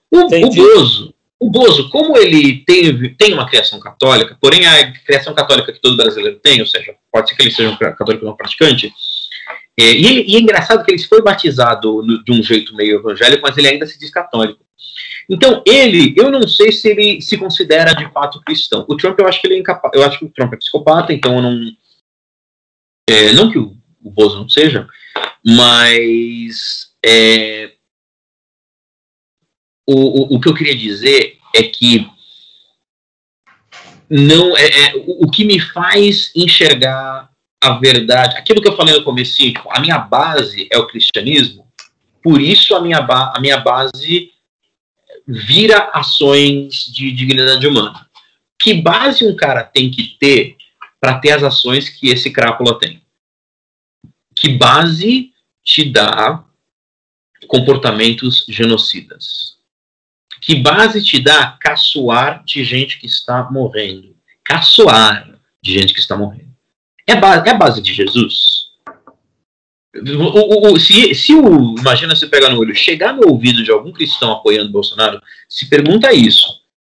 O Bozo, como ele tem uma criação católica, porém a criação católica que todo brasileiro tem, ou seja, pode ser que ele seja um católico não praticante, e é engraçado que ele foi batizado de um jeito meio evangélico, mas ele ainda se diz católico. Então, eu não sei se ele se considera de fato cristão. O Trump, eu acho que ele é incapaz. Eu acho que o Trump é psicopata, então eu não. Não que o Bozo não seja, mas. O que eu queria dizer é que não o que me faz enxergar a verdade, aquilo que eu falei no começo, tipo, a minha base é o cristianismo, por isso a minha base vira ações de dignidade humana. Que base um cara tem que ter para ter as ações que esse crápula tem? Que base te dá comportamentos genocidas? Que base te dá caçoar de gente que está morrendo? Caçoar de gente que está morrendo. É a base de Jesus? Imagina você pegar no olho, chegar no ouvido de algum cristão apoiando Bolsonaro, se pergunta isso.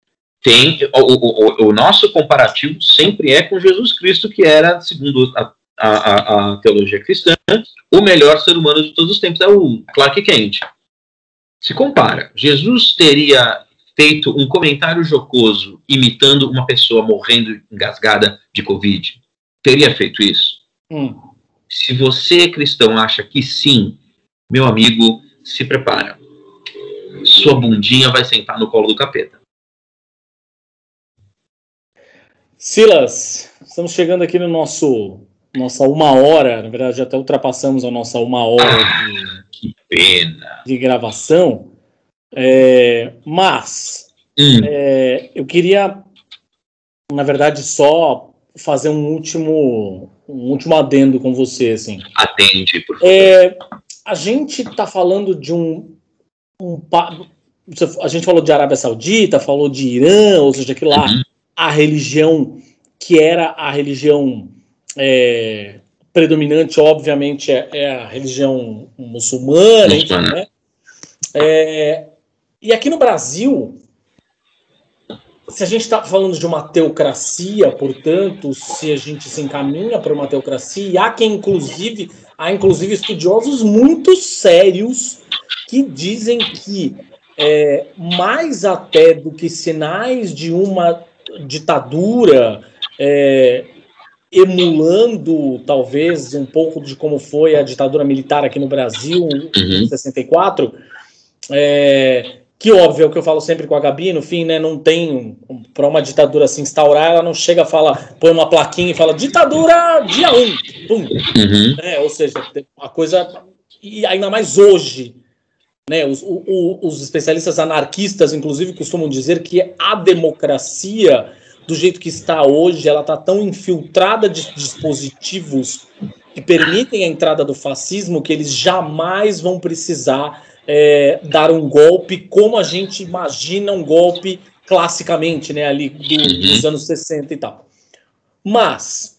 O nosso comparativo sempre é com Jesus Cristo, que era, segundo a teologia cristã, o melhor ser humano de todos os tempos, é o Clark Kent. Se compara, Jesus teria feito um comentário jocoso imitando uma pessoa morrendo engasgada de Covid? Teria feito isso? Se você, cristão, acha que sim, meu amigo, se prepara. Sua bundinha vai sentar no colo do capeta. Silas, estamos chegando aqui no nossa 1 hora, na verdade já até ultrapassamos a nossa 1 hora que pena. de gravação, mas eu queria, na verdade, só fazer um último adendo com você, assim. Atende, por favor. A gente está falando de a gente falou de Arábia Saudita, falou de Irã, ou seja, que lá a religião que era a religião predominante, obviamente, é a religião muçulmana, enfim, né? E aqui no Brasil, se a gente está falando de uma teocracia, portanto, se a gente se encaminha para uma teocracia, há inclusive estudiosos muito sérios que dizem que mais até do que sinais de uma ditadura, emulando, talvez, um pouco de como foi a ditadura militar aqui no Brasil, em 64, que óbvio, é o que eu falo sempre com a Gabi, no fim, né, não tem, para uma ditadura se instaurar, ela não chega a falar, põe uma plaquinha e fala, ditadura dia 1, pum, ou seja, uma coisa, e ainda mais hoje, né, os especialistas anarquistas, inclusive, costumam dizer que a democracia, do jeito que está hoje, ela está tão infiltrada de dispositivos que permitem a entrada do fascismo que eles jamais vão precisar dar um golpe como a gente imagina um golpe classicamente, né, ali dos anos 60 e tal. Mas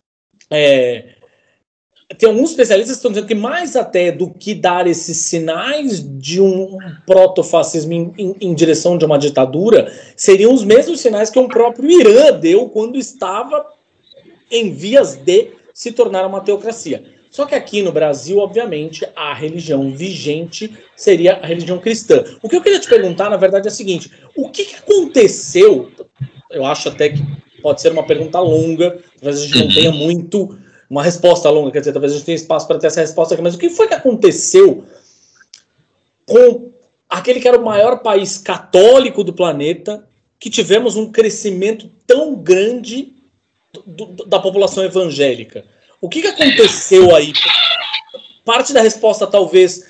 tem alguns especialistas que estão dizendo que mais até do que dar esses sinais de um protofascismo em direção de uma ditadura, seriam os mesmos sinais que o próprio Irã deu quando estava em vias de se tornar uma teocracia. Só que aqui no Brasil, obviamente, a religião vigente seria a religião cristã. O que eu queria te perguntar, na verdade, é o seguinte, o que aconteceu? Eu acho até que pode ser uma pergunta longa, talvez a gente não tenha muito... uma resposta longa, quer dizer, talvez a gente tenha espaço para ter essa resposta aqui, mas o que foi que aconteceu com aquele que era o maior país católico do planeta, que tivemos um crescimento tão grande da população evangélica? O que aconteceu aí? Parte da resposta talvez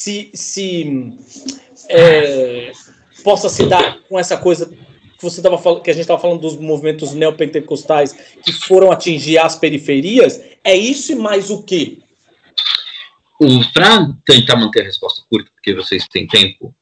possa se dar com essa coisa que você que a gente estava falando dos movimentos neopentecostais que foram atingir as periferias. É isso e mais o quê? Para tentar manter a resposta curta, porque vocês têm tempo,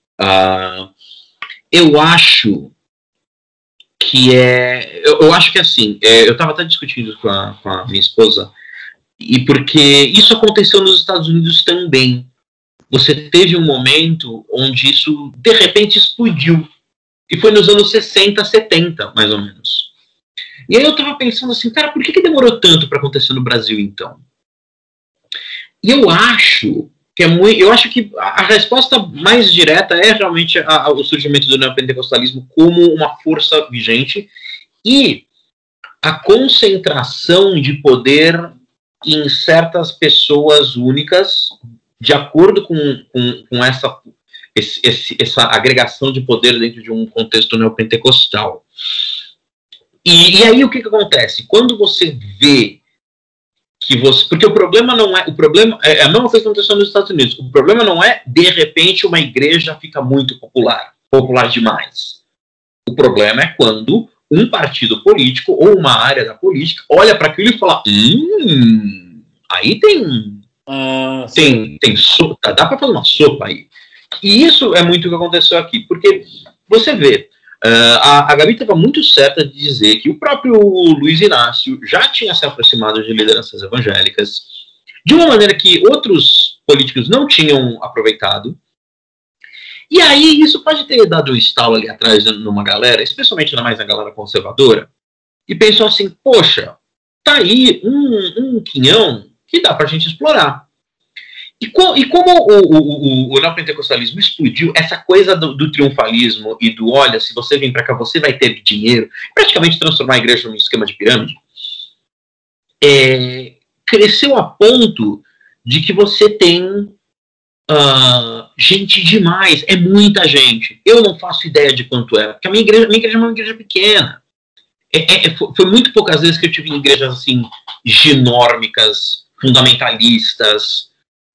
eu acho que eu acho que assim, eu estava até discutindo com a minha esposa, e porque isso aconteceu nos Estados Unidos também. Você teve um momento onde isso de repente explodiu. E foi nos anos 60, 70, mais ou menos. E aí eu tava pensando assim, cara, por que demorou tanto para acontecer no Brasil, então? E eu acho que a resposta mais direta é realmente o surgimento do neopentecostalismo como uma força vigente e a concentração de poder em certas pessoas únicas, de acordo com essa agregação de poder dentro de um contexto neopentecostal. E aí o que acontece? Quando você vê porque o problema não é... é a mesma coisa que aconteceu nos Estados Unidos. O problema não é, de repente, uma igreja fica muito popular demais. O problema é quando um partido político ou uma área da política olha para aquilo e fala, aí tem sopa, dá para fazer uma sopa aí. E isso é muito o que aconteceu aqui, porque você vê, a Gabi estava muito certa de dizer que o próprio Luiz Inácio já tinha se aproximado de lideranças evangélicas de uma maneira que outros políticos não tinham aproveitado. E aí isso pode ter dado um estalo ali atrás numa galera, especialmente mais na galera conservadora, e pensou assim, poxa, tá aí um quinhão que dá pra gente explorar. E como o neopentecostalismo explodiu, essa coisa do triunfalismo e do, olha, se você vir para cá, você vai ter dinheiro, praticamente transformar a igreja num esquema de pirâmide, cresceu a ponto de que você tem gente demais, é muita gente. Eu não faço ideia de quanto é, porque a minha igreja é uma igreja pequena. Foi muito poucas vezes que eu tive igrejas assim, ginórmicas, fundamentalistas.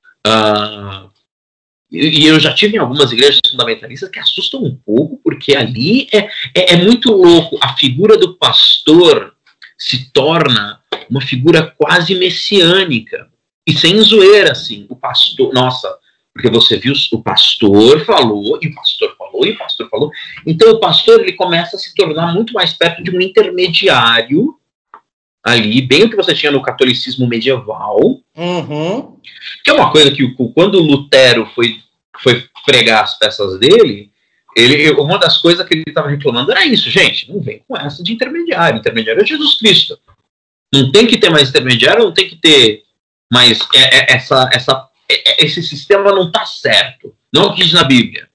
E eu já tive em algumas igrejas fundamentalistas que assustam um pouco, porque ali é muito louco. A figura do pastor se torna uma figura quase messiânica. E sem zoeira, assim. O pastor, nossa, porque você viu, o pastor falou, e o pastor falou, e o pastor falou. Então o pastor ele começa a se tornar muito mais perto de um intermediário ali, bem o que você tinha no catolicismo medieval, que é uma coisa que quando Lutero foi pregar as peças dele, uma das coisas que ele estava reclamando era isso, gente, não vem com essa de intermediário é Jesus Cristo. Não tem que ter mais intermediário, não tem que ter mais esse sistema não está certo, não é o que diz na Bíblia.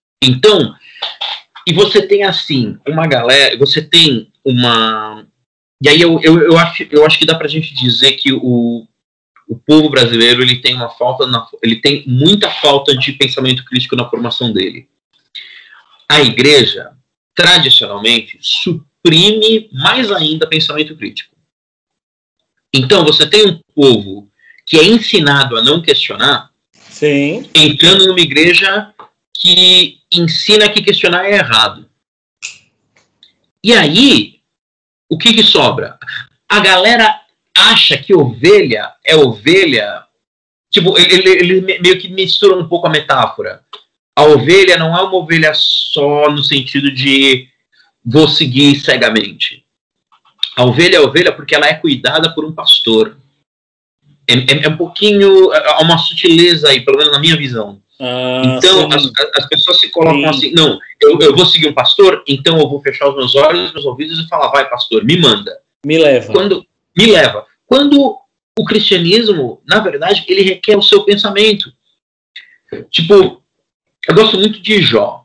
Então, e você tem assim, uma galera, você tem uma E aí eu acho que dá pra gente dizer que o povo brasileiro ele tem ele tem muita falta de pensamento crítico na formação dele. A igreja, tradicionalmente, suprime mais ainda pensamento crítico. Então, você tem um povo que é ensinado a não questionar, sim, entrando numa igreja que ensina que questionar é errado. E aí, o que sobra? A galera acha que ovelha é ovelha. Tipo, ele meio que mistura um pouco a metáfora. A ovelha não é uma ovelha só no sentido de vou seguir cegamente. A ovelha é ovelha porque ela é cuidada por um pastor. É um pouquinho... Há uma sutileza aí, pelo menos na minha visão. Então, as pessoas se colocam assim, não, eu vou seguir um pastor, então eu vou fechar os meus olhos, os meus ouvidos e falar, vai pastor, me manda. Me leva. Me leva. Quando o cristianismo, na verdade, ele requer o seu pensamento. Tipo, eu gosto muito de Jó.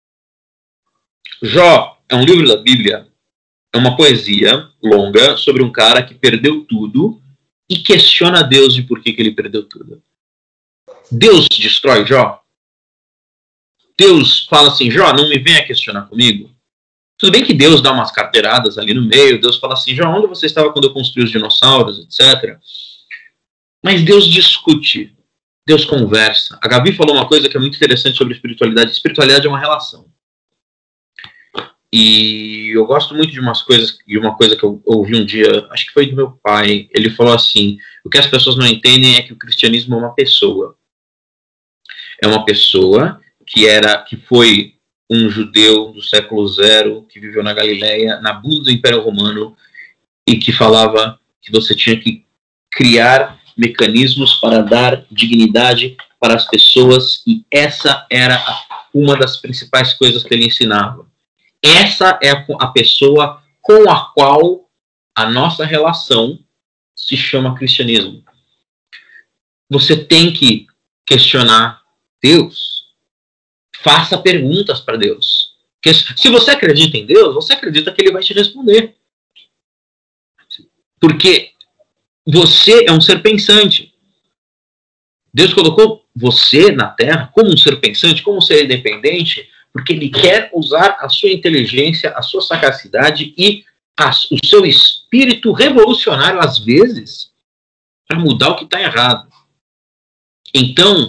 Jó é um livro da Bíblia, é uma poesia longa sobre um cara que perdeu tudo e questiona Deus de por que ele perdeu tudo. Deus destrói Jó? Deus fala assim, Jó, não me venha questionar comigo? Tudo bem que Deus dá umas carteiradas ali no meio, Deus fala assim, Jó, onde você estava quando eu construí os dinossauros, etc. Mas Deus discute, Deus conversa. A Gabi falou uma coisa que é muito interessante sobre espiritualidade. Espiritualidade é uma relação. E eu gosto muito de uma coisa que eu ouvi um dia, acho que foi do meu pai. Ele falou assim, o que as pessoas não entendem é que o cristianismo é uma pessoa. É uma pessoa que foi um judeu do século 0, que viveu na Galileia, na bunda do Império Romano, e que falava que você tinha que criar mecanismos para dar dignidade para as pessoas, e essa era uma das principais coisas que ele ensinava. Essa é a pessoa com a qual a nossa relação se chama cristianismo. Você tem que questionar Deus. Faça perguntas para Deus. Porque se você acredita em Deus, você acredita que Ele vai te responder. Porque você é um ser pensante. Deus colocou você na Terra como um ser pensante, como um ser independente, porque Ele quer usar a sua inteligência, a sua sagacidade e o seu espírito revolucionário, às vezes, para mudar o que está errado. Então,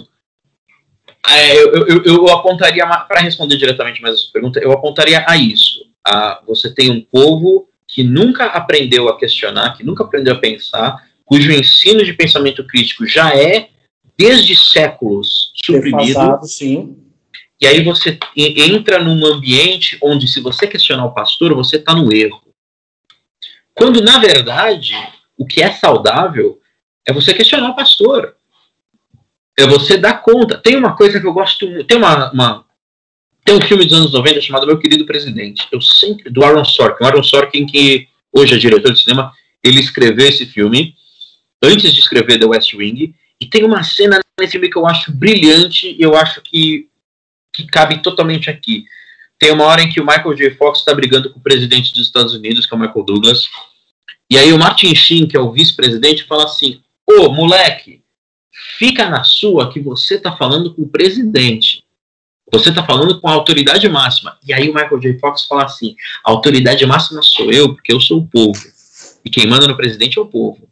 eu apontaria, para responder diretamente mais essa pergunta, eu apontaria a isso. Você tem um povo que nunca aprendeu a questionar, que nunca aprendeu a pensar, cujo ensino de pensamento crítico já é, desde séculos, suprimido. Sim. E aí você entra num ambiente onde, se você questionar o pastor, você está no erro. Quando, na verdade, o que é saudável é você questionar o pastor. É você dar conta. Tem uma coisa que eu gosto muito. Tem um filme dos anos 90 chamado Meu Querido Presidente. Do Aaron Sorkin. O Aaron Sorkin, que hoje é diretor de cinema, ele escreveu esse filme antes de escrever The West Wing. E tem uma cena nesse filme que eu acho brilhante e eu acho que cabe totalmente aqui. Tem uma hora em que o Michael J. Fox está brigando com o presidente dos Estados Unidos, que é o Michael Douglas. E aí o Martin Sheen, que é o vice-presidente, fala assim, ô, moleque, fica na sua que você está falando com o presidente. Você está falando com a autoridade máxima. E aí o Michael J. Fox fala assim, a autoridade máxima sou eu, porque eu sou o povo. E quem manda no presidente é o povo.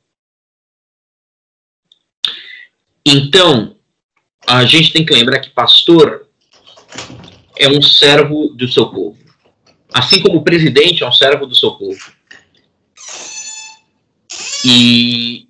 Então, a gente tem que lembrar que pastor é um servo do seu povo. Assim como o presidente é um servo do seu povo. E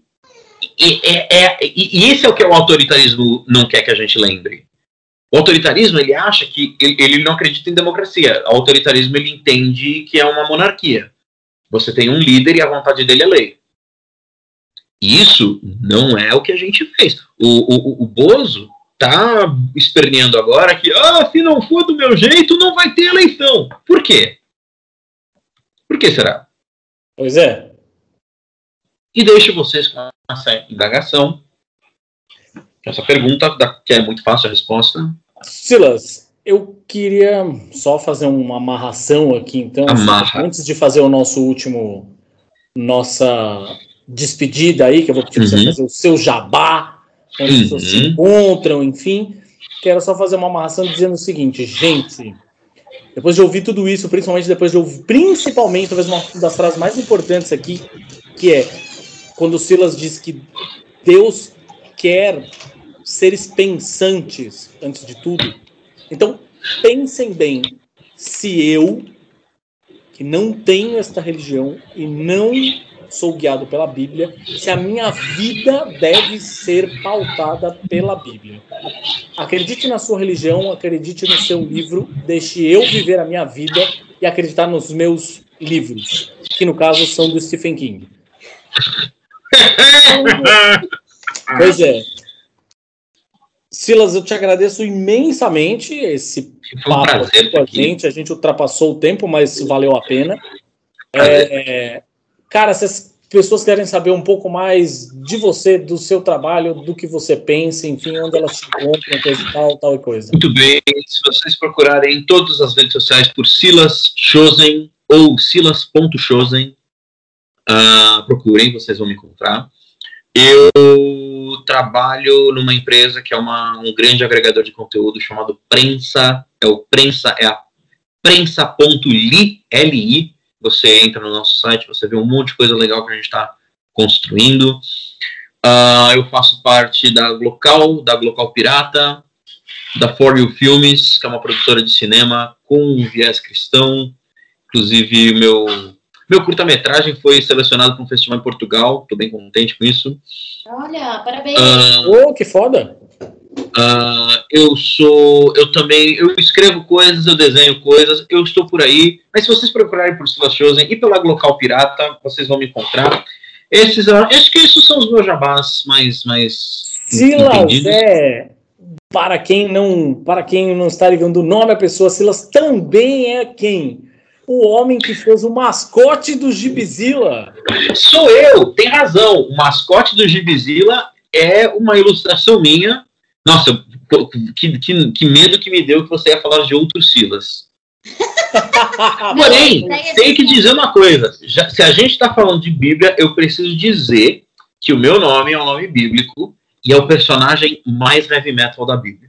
esse é o que o autoritarismo não quer que a gente lembre. O autoritarismo, ele acha que ele não acredita em democracia. O autoritarismo, ele entende que é uma monarquia. Você tem um líder e a vontade dele é lei. Isso não é o que a gente fez. O Bozo tá esperneando agora que se não for do meu jeito, não vai ter eleição. Por quê? Por que será? Pois é. E deixo vocês com essa indagação, essa pergunta, que é muito fácil a resposta. Silas, eu queria só fazer uma amarração aqui, então, Amarra. antes de fazer o nosso último nossa despedida aí, que eu vou pedir para você fazer o seu jabá, onde as pessoas se encontram, enfim. Quero só fazer uma amarração dizendo o seguinte, gente, depois de ouvir tudo isso, principalmente depois de ouvir, principalmente, talvez uma das frases mais importantes aqui, que é quando o Silas diz que Deus quer seres pensantes antes de tudo. Então, pensem bem, se eu, que não tenho esta religião e não sou guiado pela Bíblia, se a minha vida deve ser pautada pela Bíblia. Acredite na sua religião, acredite no seu livro, deixe eu viver a minha vida e acreditar nos meus livros, que no caso são do Stephen King. Pois é. Silas, eu te agradeço imensamente esse papo aqui com a gente. A gente ultrapassou o tempo, mas valeu a pena. Cara, se as pessoas querem saber um pouco mais de você, do seu trabalho, do que você pensa, enfim, onde elas te encontram, coisa e tal e coisa. Muito bem. Se vocês procurarem em todas as redes sociais por Silas Chosen ou silas.chosen, procurem, vocês vão me encontrar. Eu trabalho numa empresa que é um grande agregador de conteúdo chamado Prensa. É a prensa.li. Você entra no nosso site, você vê um monte de coisa legal que a gente está construindo. Eu faço parte da Glocal Pirata, da For You Filmes, que é uma produtora de cinema com um viés cristão. Inclusive, meu curta-metragem foi selecionado para um festival em Portugal. Estou bem contente com isso. Olha, parabéns! Que foda! Eu escrevo coisas, eu desenho coisas, eu estou por aí. Mas se vocês procurarem por Silas Chosen e pela Glocal Pirata, vocês vão me encontrar. Acho que esses são os meus jabás mais Silas entendidos. Para quem não está ligando o nome à pessoa, Silas também é quem? O homem que fez o mascote do Gibizilla. Sou eu, tem razão. O mascote do Gibizilla é uma ilustração minha. Nossa, que medo que me deu que você ia falar de outros Silas. Porém, tenho que dizer uma coisa. Se a gente está falando de Bíblia, eu preciso dizer que o meu nome é um nome bíblico e é o personagem mais heavy metal da Bíblia.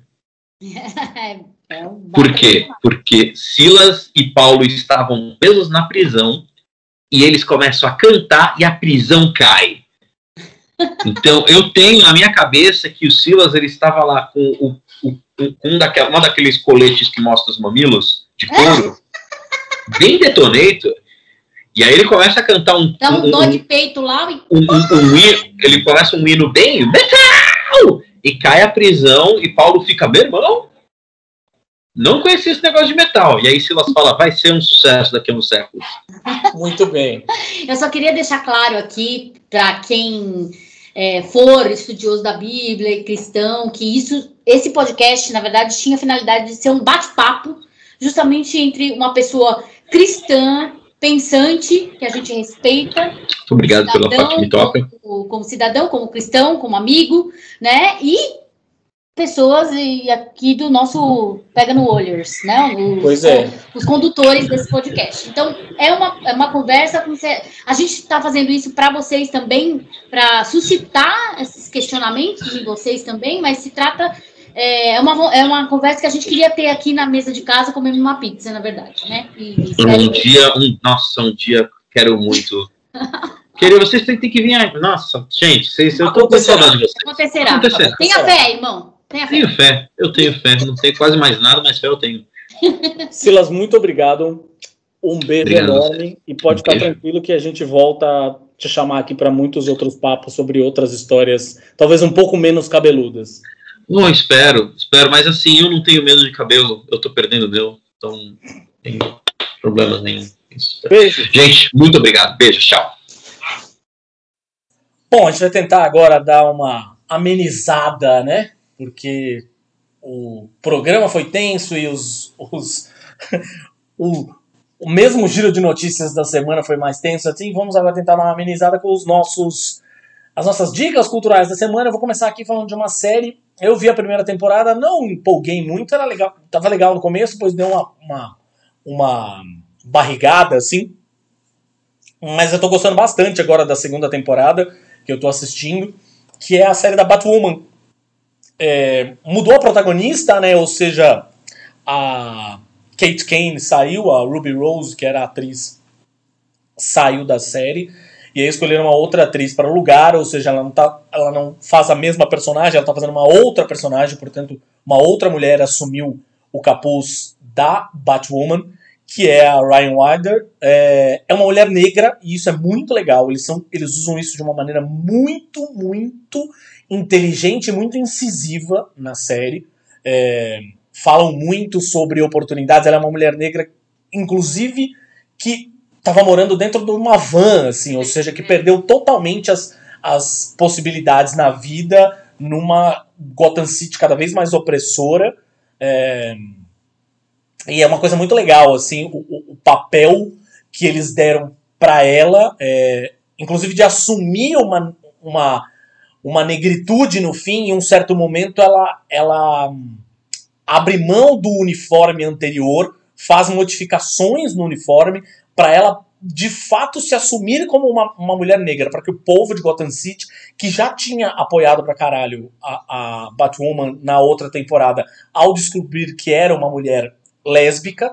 Por quê? Porque Silas e Paulo estavam presos na prisão e eles começam a cantar e a prisão cai. Então, eu tenho na minha cabeça que o Silas ele estava lá com uma daqueles coletes que mostra os mamilos de couro, bem detonator, e aí ele começa a cantar dá um dó de peito lá e... ele começa um hino bem metal, e cai a prisão, e Paulo fica, meu irmão, não conhecia esse negócio de metal. E aí Silas fala, vai ser um sucesso daqui a uns séculos. Muito bem. Eu só queria deixar claro aqui, para quem for estudioso da Bíblia e cristão, que esse podcast, na verdade, tinha a finalidade de ser um bate-papo, justamente entre uma pessoa cristã, pensante, que a gente respeita. Muito obrigado pela parte que me toca. Como cidadão, como cristão, como amigo, né? E pessoas aqui do nosso Pega no Olhers, né? Os condutores desse podcast. Então, é uma conversa com você. A gente está fazendo isso para vocês também, para suscitar esses questionamentos em vocês também, mas se trata... É uma conversa que a gente queria ter aqui na mesa de casa, comendo uma pizza, na verdade, né? Um dia, quero muito. Vocês têm que vir aí. Nossa, gente, eu tô com saudade de vocês. Acontecerá. Tenha fé, irmão. Tenho fé. Eu tenho fé. Não sei quase mais nada, mas fé eu tenho. Silas, muito obrigado. Um beijo enorme. E pode ficar tranquilo que a gente volta a te chamar aqui para muitos outros papos sobre outras histórias, talvez um pouco menos cabeludas. Não, espero, mas assim, eu não tenho medo de cabelo, eu tô perdendo o meu, então não tem problema nenhum. Beijo. Gente, muito obrigado, beijo, tchau. Bom, a gente vai tentar agora dar uma amenizada, né, porque o programa foi tenso e o mesmo giro de notícias da semana foi mais tenso, assim, vamos agora tentar dar uma amenizada com as nossas dicas culturais da semana. Eu vou começar aqui falando de uma série. Eu vi a primeira temporada, não empolguei muito, era legal, tava legal no começo, depois deu uma barrigada, assim. Mas eu tô gostando bastante agora da segunda temporada, que eu tô assistindo, que é a série da Batwoman. Mudou a protagonista, né? Ou seja, a Kate Kane saiu, a Ruby Rose, que era a atriz, saiu da série. E aí escolheram uma outra atriz para o lugar, ou seja, ela não faz a mesma personagem, ela tá fazendo uma outra personagem, portanto, uma outra mulher assumiu o capuz da Batwoman, que é a Ryan Wilder. É uma mulher negra, e isso é muito legal. Eles usam isso de uma maneira muito, muito inteligente, muito incisiva na série. Falam muito sobre oportunidades. Ela é uma mulher negra, inclusive, que estava morando dentro de uma van, assim, ou seja, que perdeu totalmente as possibilidades na vida numa Gotham City cada vez mais opressora. E é uma coisa muito legal, assim, o papel que eles deram para ela, inclusive de assumir uma negritude no fim. Em um certo momento ela abre mão do uniforme anterior, faz modificações no uniforme para ela de fato se assumir como uma mulher negra, para que o povo de Gotham City, que já tinha apoiado pra caralho a Batwoman na outra temporada, ao descobrir que era uma mulher lésbica,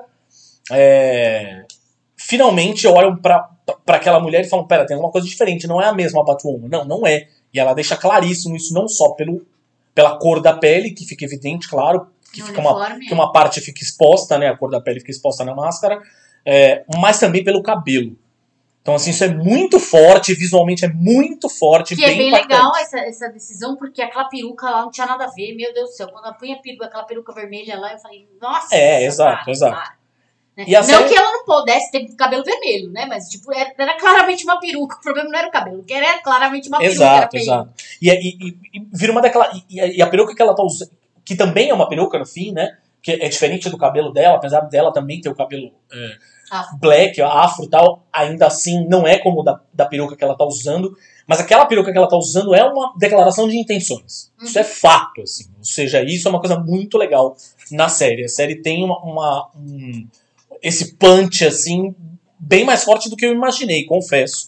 finalmente olham pra aquela mulher e falam: pera, tem alguma coisa diferente, não é a mesma Batwoman. Não é. E ela deixa claríssimo isso, não só pela cor da pele, que fica evidente, claro, que uma parte fica exposta, né, a cor da pele fica exposta na máscara, mas também pelo cabelo. Então, assim, isso é muito forte, visualmente é muito forte, que bem impactante. Legal essa decisão, porque aquela peruca lá não tinha nada a ver, meu Deus do céu. Quando ela punha aquela peruca vermelha lá, eu falei, nossa. Exato. Né? Não série... que ela não pudesse ter cabelo vermelho, né? Mas, tipo, era claramente uma peruca. O problema não era o cabelo, que era claramente uma peruca. Exato. E vira uma daquela... E a peruca que ela tá usando, que também é uma peruca no fim, né? Que é diferente do cabelo dela, apesar dela também ter o cabelo black, afro e tal, ainda assim não é como da peruca que ela tá usando, mas aquela peruca que ela tá usando é uma declaração de intenções. Isso é fato, assim. Ou seja, isso é uma coisa muito legal na série. A série tem esse punch, assim, bem mais forte do que eu imaginei, confesso.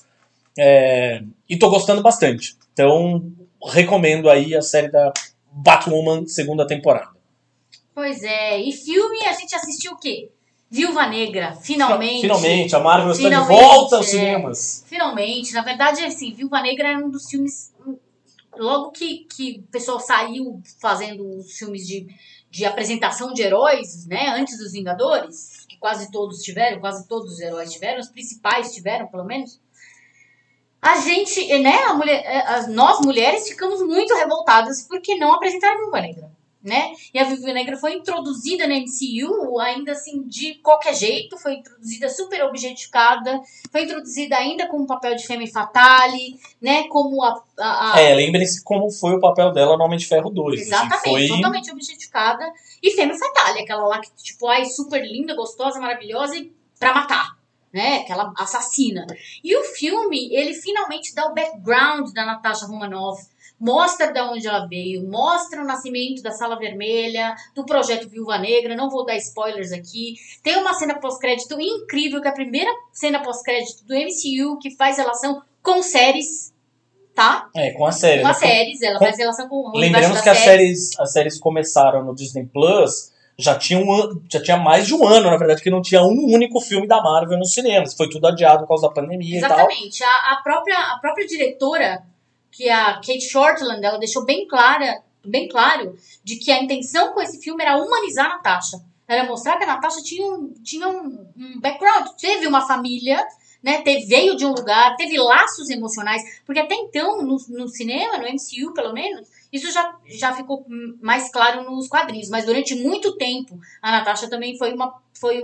E tô gostando bastante. Então, recomendo aí a série da Batwoman, segunda temporada. Pois é. E filme, a gente assistiu o quê? Viúva Negra, finalmente. Finalmente, a Marvel está de volta aos cinemas. Finalmente. Na verdade, assim, Viúva Negra era um dos filmes... Logo que o pessoal saiu fazendo os filmes de apresentação de heróis, né? Antes dos Vingadores, que quase todos os heróis tiveram, os principais tiveram, pelo menos. A gente, né? Nós, mulheres, ficamos muito revoltadas porque não apresentaram a Viúva Negra. Né? E a Viúva Negra foi introduzida na MCU, ainda assim, de qualquer jeito, foi introduzida super objetificada, foi introduzida ainda com o papel de Femme Fatale, né? Como lembrem-se como foi o papel dela no Homem de Ferro 2. Exatamente, foi totalmente objetificada. E Femme Fatale, aquela lá que, tipo, super linda, gostosa, maravilhosa e pra matar, né? Aquela assassina. E o filme, ele finalmente dá o background da Natasha Romanoff, mostra de onde ela veio, mostra o nascimento da Sala Vermelha, do projeto Viúva Negra, não vou dar spoilers aqui. Tem uma cena pós-crédito incrível, que é a primeira cena pós-crédito do MCU que faz relação com séries, tá? Com as séries. Com as séries, ela faz relação com o Lembremos que as séries começaram no Disney Plus, já tinha mais de um ano, na verdade, que não tinha um único filme da Marvel nos cinemas. Foi tudo adiado por causa da pandemia. Exatamente. E tal. A própria diretora, que a Kate Shortland, ela deixou bem claro de que a intenção com esse filme era humanizar a Natasha. Era mostrar que a Natasha tinha um background, teve uma família, né, veio de um lugar, teve laços emocionais, porque até então, no cinema, no MCU pelo menos, isso já ficou mais claro nos quadrinhos, mas durante muito tempo a Natasha também foi uma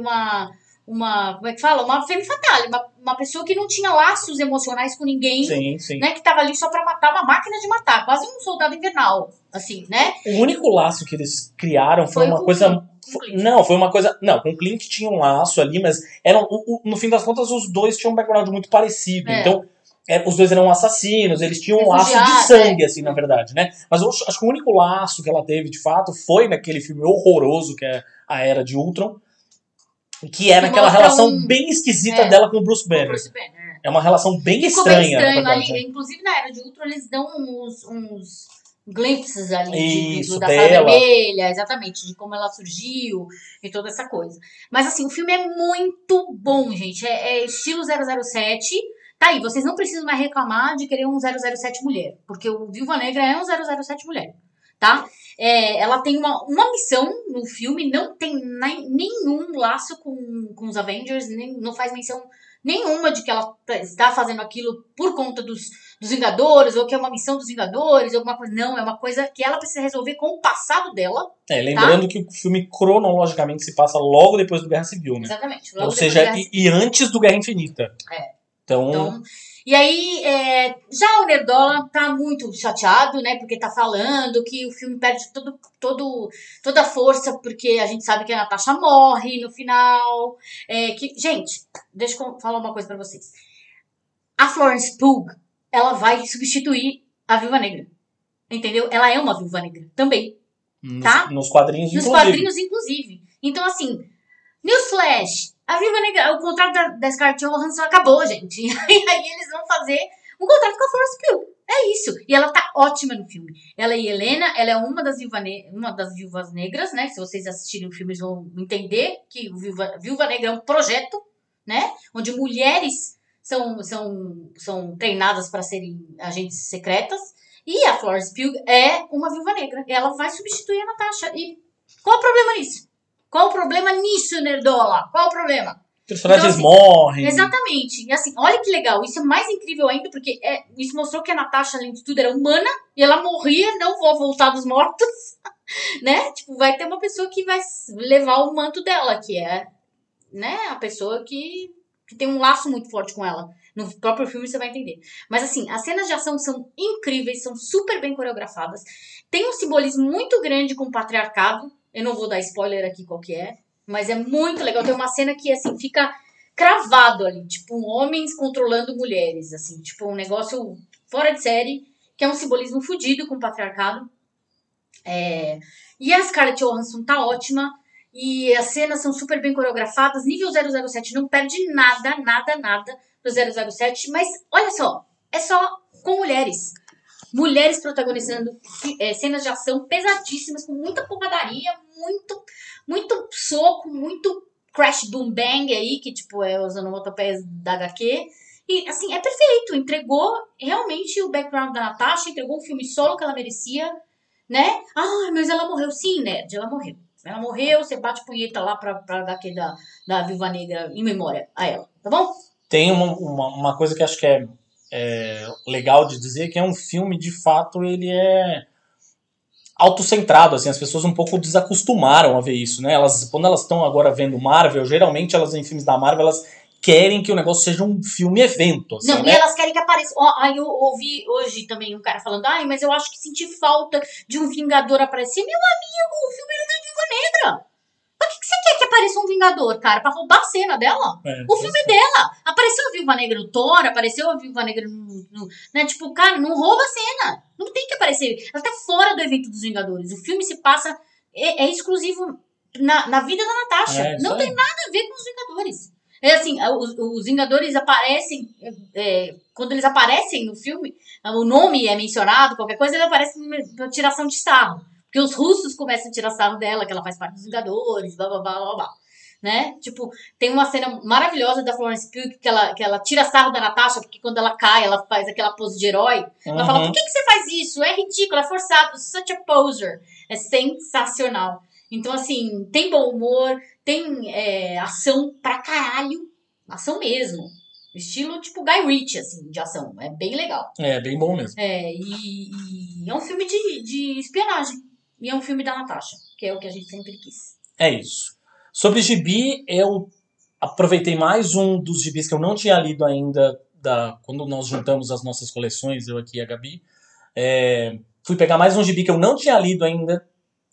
como é que fala? Uma femme fatale, uma pessoa que não tinha laços emocionais com ninguém, sim. Né, que estava ali só pra matar, uma máquina de matar, quase um soldado invernal, assim, né? O único laço que eles criaram foi uma coisa... Foi uma coisa... Não, com o Clint tinha um laço ali, mas no fim das contas os dois tinham um background muito parecido, então... os dois eram assassinos, eles tinham um laço de sangue, assim, na verdade, né? Mas eu acho que o único laço que ela teve, de fato, foi naquele filme horroroso, que é A Era de Ultron, que era aquela relação bem esquisita dela com o Bruce Banner. É uma relação bem Ficou bem estranha. estranho. Na verdade. Ali, inclusive, na Era de Ultron, eles dão uns glimpses ali Isso, da Sala dela. Vermelha, exatamente, de como ela surgiu e toda essa coisa. Mas, assim, o filme é muito bom, gente. É estilo 007. Tá aí, vocês não precisam mais reclamar de querer um 007 mulher, porque o Viúva Negra é um 007 mulher, tá? Ela tem uma missão no filme, não tem nenhum laço com os Avengers, não faz menção nenhuma de que ela está fazendo aquilo por conta dos Vingadores, ou que é uma missão dos Vingadores, alguma coisa. Não, é uma coisa que ela precisa resolver com o passado dela. Lembrando que o filme cronologicamente se passa logo depois do Guerra Civil, né? Exatamente. Ou seja, e antes do Guerra Infinita. Então, e aí, já o Nerdola tá muito chateado, né? Porque tá falando que o filme perde toda a força, porque a gente sabe que a Natasha morre no final. Gente, deixa eu falar uma coisa pra vocês. A Florence Pugh, ela vai substituir a Viúva Negra. Entendeu? Ela é uma Viúva Negra também. Tá? Nos quadrinhos, Nos quadrinhos, inclusive. Então, assim, Newsflash, a Viúva Negra, o contrato da Scarlett Johansson acabou, gente. E aí eles vão fazer um contrato com a Florence Pugh. É isso. E ela tá ótima no filme. Ela e Helena, ela é uma das Viúvas Negras, né? Se vocês assistirem o filme, vão entender que o Viúva Negra é um projeto, né? Onde mulheres são treinadas para serem agentes secretas. E a Florence Pugh é uma Viúva Negra. Ela vai substituir a Natasha. E qual o problema nisso? Qual o problema nisso, Nerdola? Qual o problema? Personagens morrem. Exatamente. E assim, olha que legal. Isso é mais incrível ainda, porque isso mostrou que a Natasha, além de tudo, era humana. E ela morria, não vou voltar dos mortos. Né? Tipo, vai ter uma pessoa que vai levar o manto dela, que é, né, a pessoa que tem um laço muito forte com ela. No próprio filme você vai entender. Mas assim, as cenas de ação são incríveis, são super bem coreografadas. Tem um simbolismo muito grande com o patriarcado. Eu não vou dar spoiler aqui qual que é, mas é muito legal. Tem uma cena que, assim, fica cravado ali. Tipo, homens controlando mulheres, assim. Tipo, um negócio fora de série, que é um simbolismo fudido com o patriarcado. E a Scarlett Johansson tá ótima. E as cenas são super bem coreografadas. Nível 007 não perde nada do 007. Mas, olha só, é só com mulheres. Mulheres protagonizando cenas de ação pesadíssimas, com muita porradaria, muito soco, muito crash boom bang aí, que tipo é os onomatopeias da HQ. E assim, é perfeito. Entregou realmente o background da Natasha, entregou um filme solo que ela merecia, né? Ah, mas ela morreu. Sim, nerd, ela morreu. Ela morreu, você bate punheta lá pra HQ da Viúva Negra em memória a ela, tá bom? Tem uma coisa que acho que é legal de dizer, que é um filme, de fato, ele é autocentrado, assim, as pessoas um pouco desacostumaram a ver isso, né? Quando elas estão agora vendo Marvel, geralmente elas em filmes da Marvel, elas querem que o negócio seja um filme-evento, assim, não, né? E elas querem que apareça. Aí eu ouvi hoje também um cara falando, mas eu acho que senti falta de um Vingador aparecer. Meu amigo, o filme era da Viúva Negra. Pra que você quer que apareça um Vingador, cara? Pra roubar a cena dela? O filme é dela. Apareceu a Viúva Negra no Thor, apareceu a Viúva Negra no né? Tipo, cara, não rouba a cena. Não tem que aparecer. Ela tá fora do evento dos Vingadores. O filme se passa... É exclusivo na vida da Natasha. Não tem nada a ver com os Vingadores. É assim, os Vingadores aparecem... quando eles aparecem no filme, o nome é mencionado, qualquer coisa, eles aparecem na tiração de sarro. Porque os russos começam a tirar sarro dela, que ela faz parte dos Vingadores, blá, blá, blá, blá, blá. Né? Tipo, tem uma cena maravilhosa da Florence Pugh que ela tira sarro da Natasha, porque quando ela cai, ela faz aquela pose de herói. Ela fala, por que você faz isso? É ridículo, é forçado, such a poser. É sensacional. Então, assim, tem bom humor, tem ação pra caralho. Ação mesmo. Estilo tipo Guy Ritchie, assim, de ação. É bem legal. É, bem bom mesmo. E é um filme de espionagem. E é um filme da Natasha, que é o que a gente sempre quis. É isso. Sobre gibi, eu aproveitei mais um dos gibis que eu não tinha lido ainda, quando nós juntamos as nossas coleções, eu aqui e a Gabi. Fui pegar mais um gibi que eu não tinha lido ainda,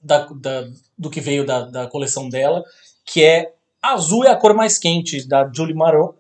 do que veio da coleção dela, que é Azul é a Cor Mais Quente, da Julie Marot.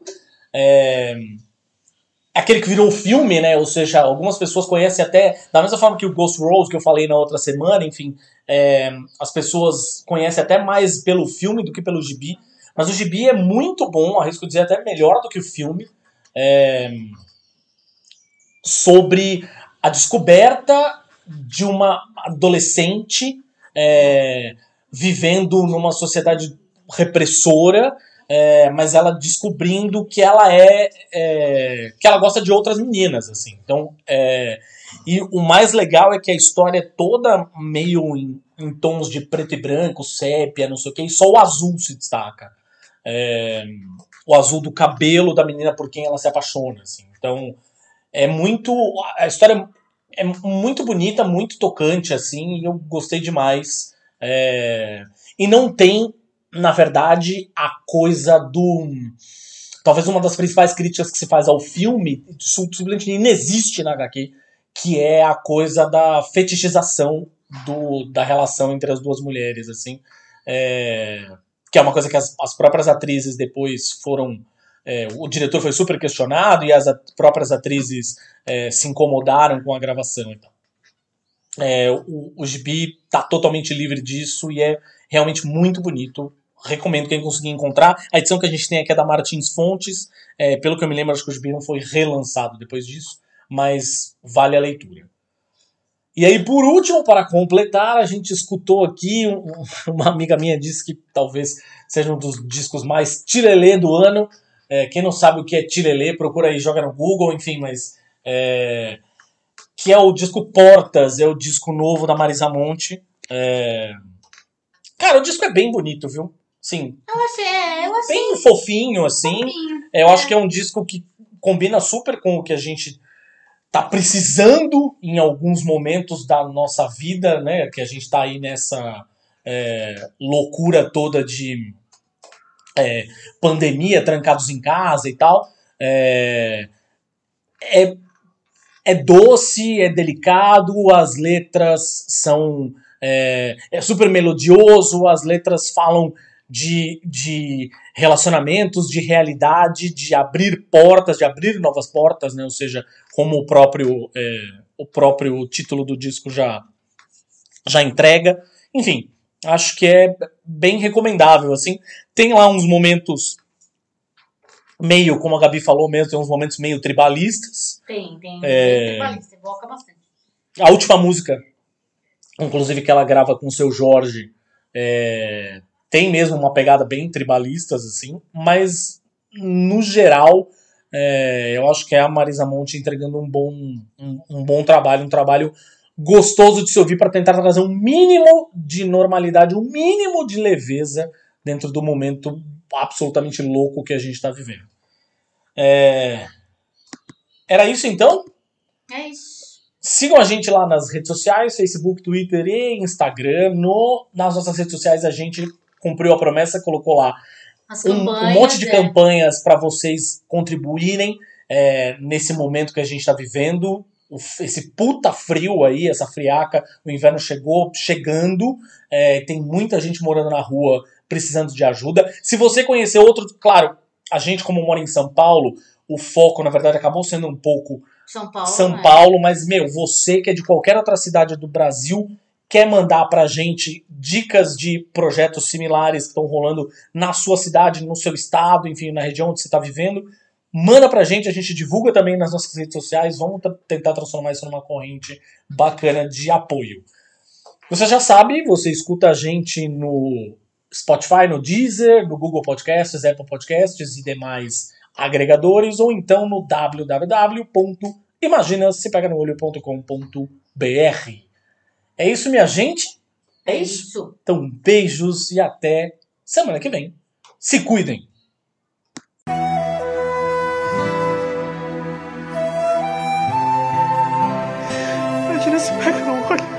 Aquele que virou o filme, né? Ou seja, algumas pessoas conhecem até, da mesma forma que o Ghost Rose, que eu falei na outra semana, enfim, as pessoas conhecem até mais pelo filme do que pelo gibi. Mas o gibi é muito bom, arrisco dizer até melhor do que o filme. sobre a descoberta de uma adolescente vivendo numa sociedade repressora, mas ela descobrindo que ela que ela gosta de outras meninas, assim. Então, e o mais legal é que a história é toda meio em tons de preto e branco, sépia, não sei o que, e só o azul se destaca. O azul do cabelo da menina por quem ela se apaixona, assim. Então, a história é muito bonita, muito tocante, assim, e eu gostei demais. E não tem, na verdade, a coisa do... Talvez uma das principais críticas que se faz ao filme, simplesmente inexiste na HQ, que é a coisa da fetichização da relação entre as duas mulheres, assim. Que é uma coisa que as próprias atrizes depois foram... o diretor foi super questionado e as próprias atrizes se incomodaram com a gravação. Então. O gibi tá totalmente livre disso e é realmente muito bonito. Recomendo quem conseguir encontrar. A edição que a gente tem aqui é da Martins Fontes. Pelo que eu me lembro, acho que o gibi não foi relançado depois disso, mas vale a leitura. E aí, por último, para completar, a gente escutou aqui, uma amiga minha disse que talvez seja um dos discos mais tilelê do ano. Quem não sabe o que é tilelê, procura aí, joga no Google, enfim, mas... que é o disco Portas, é o disco novo da Marisa Monte. Cara, o disco é bem bonito, viu? Sim. Eu achei. Bem fofinho, assim. Fofinho, eu acho que é um disco que combina super com o que a gente tá precisando em alguns momentos da nossa vida, né? Que a gente tá aí nessa loucura toda de pandemia, trancados em casa e tal. É doce, é delicado, as letras são... É super melodioso, as letras falam de relacionamentos, de realidade, de abrir portas, de abrir novas portas, né? Ou seja, como o próprio título do disco já entrega. Enfim, acho que é bem recomendável, assim. Tem lá uns momentos meio, como a Gabi falou mesmo, tem uns momentos meio tribalistas. Tem meio tribalista, evoca bastante. A última música, inclusive que ela grava com o seu Jorge, tem mesmo uma pegada bem tribalistas, assim, mas no geral eu acho que é a Marisa Monte entregando um bom trabalho, um trabalho gostoso de se ouvir para tentar trazer um mínimo de normalidade, um mínimo de leveza dentro do momento absolutamente louco que a gente está vivendo. Era isso então? É isso. Sigam a gente lá nas redes sociais, Facebook, Twitter e Instagram. Nas nossas redes sociais a gente cumpriu a promessa, colocou lá um monte de campanhas para vocês contribuírem nesse momento que a gente está vivendo. Esse puta frio aí, essa friaca, o inverno chegando, tem muita gente morando na rua precisando de ajuda. Se você conhecer outro, claro, a gente como mora em São Paulo, o foco na verdade acabou sendo um pouco São Paulo, mas você que é de qualquer outra cidade do Brasil, quer mandar pra gente dicas de projetos similares que estão rolando na sua cidade, no seu estado, enfim, na região onde você está vivendo, manda pra gente, a gente divulga também nas nossas redes sociais, vamos tentar transformar isso numa corrente bacana de apoio. Você já sabe, você escuta a gente no Spotify, no Deezer, no Google Podcasts, Apple Podcasts e demais agregadores, ou então no www.imaginasepeganoolho.com.br. É isso, minha gente? É isso. Então, beijos e até semana que vem. Se cuidem! Imagina se pega no olho.